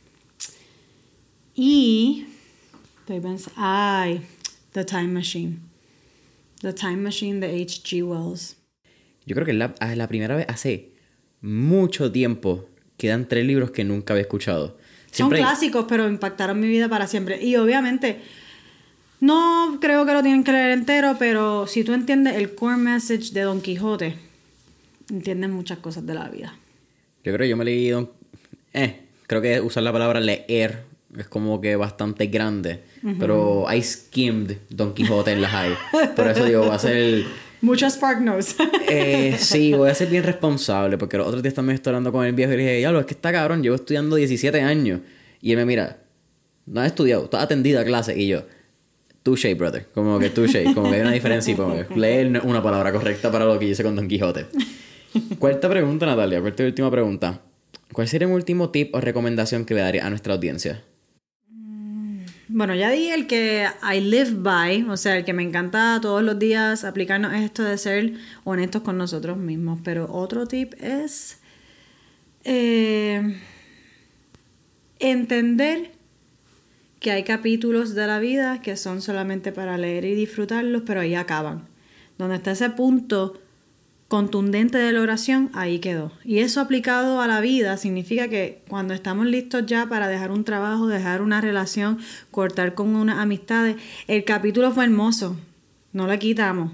Y estoy pensando, The Time Machine. The Time Machine de H.G. Wells. Yo creo que es la primera vez hace mucho tiempo que dan 3 libros que nunca había escuchado. Son clásicos, pero impactaron mi vida para siempre. Y obviamente, no creo que lo tienen que leer entero, pero si tú entiendes el core message de Don Quijote, entiendes muchas cosas de la vida. Yo creo que yo me leí creo que usar la palabra leer es como que bastante grande. Uh-huh. Pero I skimmed Don Quijote en las high. Por eso digo, va a ser... Muchos Spark Notes. Sí, voy a ser bien responsable. Porque los otros días también estoy hablando con el viejo y le dije, diablo, es que está cabrón, llevo estudiando 17 años. Y él me mira, no has estudiado, tú has atendido a clase. Y yo, touché, brother. Como que touché. Como que hay una diferencia. Y como que leer no es una palabra correcta para lo que yo hice con Don Quijote. Cuarta pregunta, Natalia. Cuarta y última pregunta. ¿Cuál sería un último tip o recomendación que le daría a nuestra audiencia? Bueno, ya di el que I live by, o sea, el que me encanta todos los días aplicarnos esto de ser honestos con nosotros mismos. Pero otro tip es entender que hay capítulos de la vida que son solamente para leer y disfrutarlos, pero ahí acaban. Donde está ese punto contundente de la oración, ahí quedó. Y eso aplicado a la vida significa que cuando estamos listos ya para dejar un trabajo, dejar una relación, cortar con unas amistades, el capítulo fue hermoso, no lo quitamos,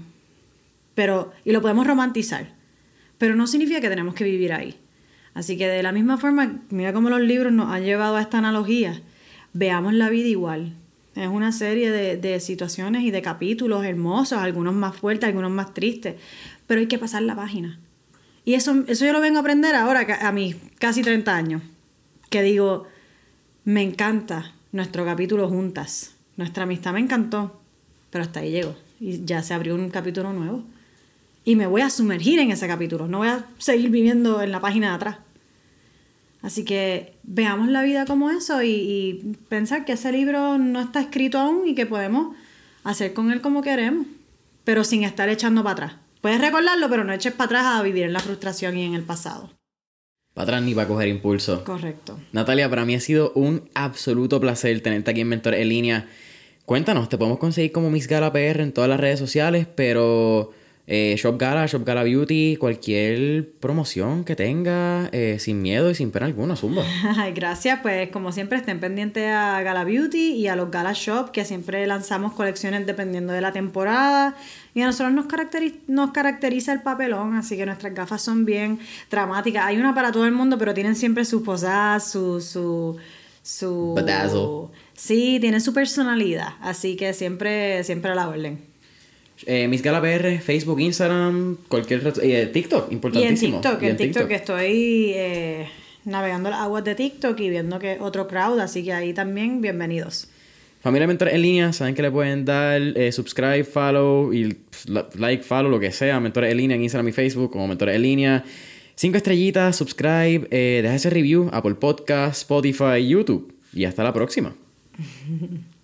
y lo podemos romantizar, pero no significa que tenemos que vivir ahí. Así que de la misma forma, mira cómo los libros nos han llevado a esta analogía, veamos la vida igual. Es una serie de situaciones y de capítulos hermosos, algunos más fuertes, algunos más tristes, pero hay que pasar la página. Y eso yo lo vengo a aprender ahora, a mis casi 30 años, que digo, me encanta nuestro capítulo juntas, nuestra amistad me encantó, pero hasta ahí llegó y ya se abrió un capítulo nuevo. Y me voy a sumergir en ese capítulo, no voy a seguir viviendo en la página de atrás. Así que veamos la vida como eso y pensar que ese libro no está escrito aún y que podemos hacer con él como queremos, pero sin estar echando para atrás. Puedes recordarlo, pero no eches para atrás a vivir en la frustración y en el pasado. Para atrás ni para coger impulso. Correcto. Natalia, para mí ha sido un absoluto placer tenerte aquí en Mentores en Línea. Cuéntanos, te podemos conseguir como Miss Gala PR en todas las redes sociales, pero... Shop Gala Beauty, cualquier promoción que tenga, sin miedo y sin pena alguna, zumba. Ay, gracias, pues como siempre estén pendientes a Gala Beauty y a los Gala Shop, que siempre lanzamos colecciones dependiendo de la temporada, y a nosotros nos caracteriza el papelón, así que nuestras gafas son bien dramáticas. Hay una para todo el mundo, pero tienen siempre su posada, su bedazzle. Sí, tienen su personalidad, así que siempre a la orden. Miss Gala PR, Facebook, Instagram, cualquier TikTok, importantísimo. Y en TikTok que estoy navegando las aguas de TikTok y viendo que otro crowd, así que ahí también bienvenidos. Familia Mentores en Línea, saben que le pueden dar subscribe, follow y like, follow, lo que sea, Mentores en Línea en Instagram y Facebook como Mentores en Línea. 5 estrellitas, subscribe, deja ese review, Apple Podcast, Spotify, YouTube. Y hasta la próxima.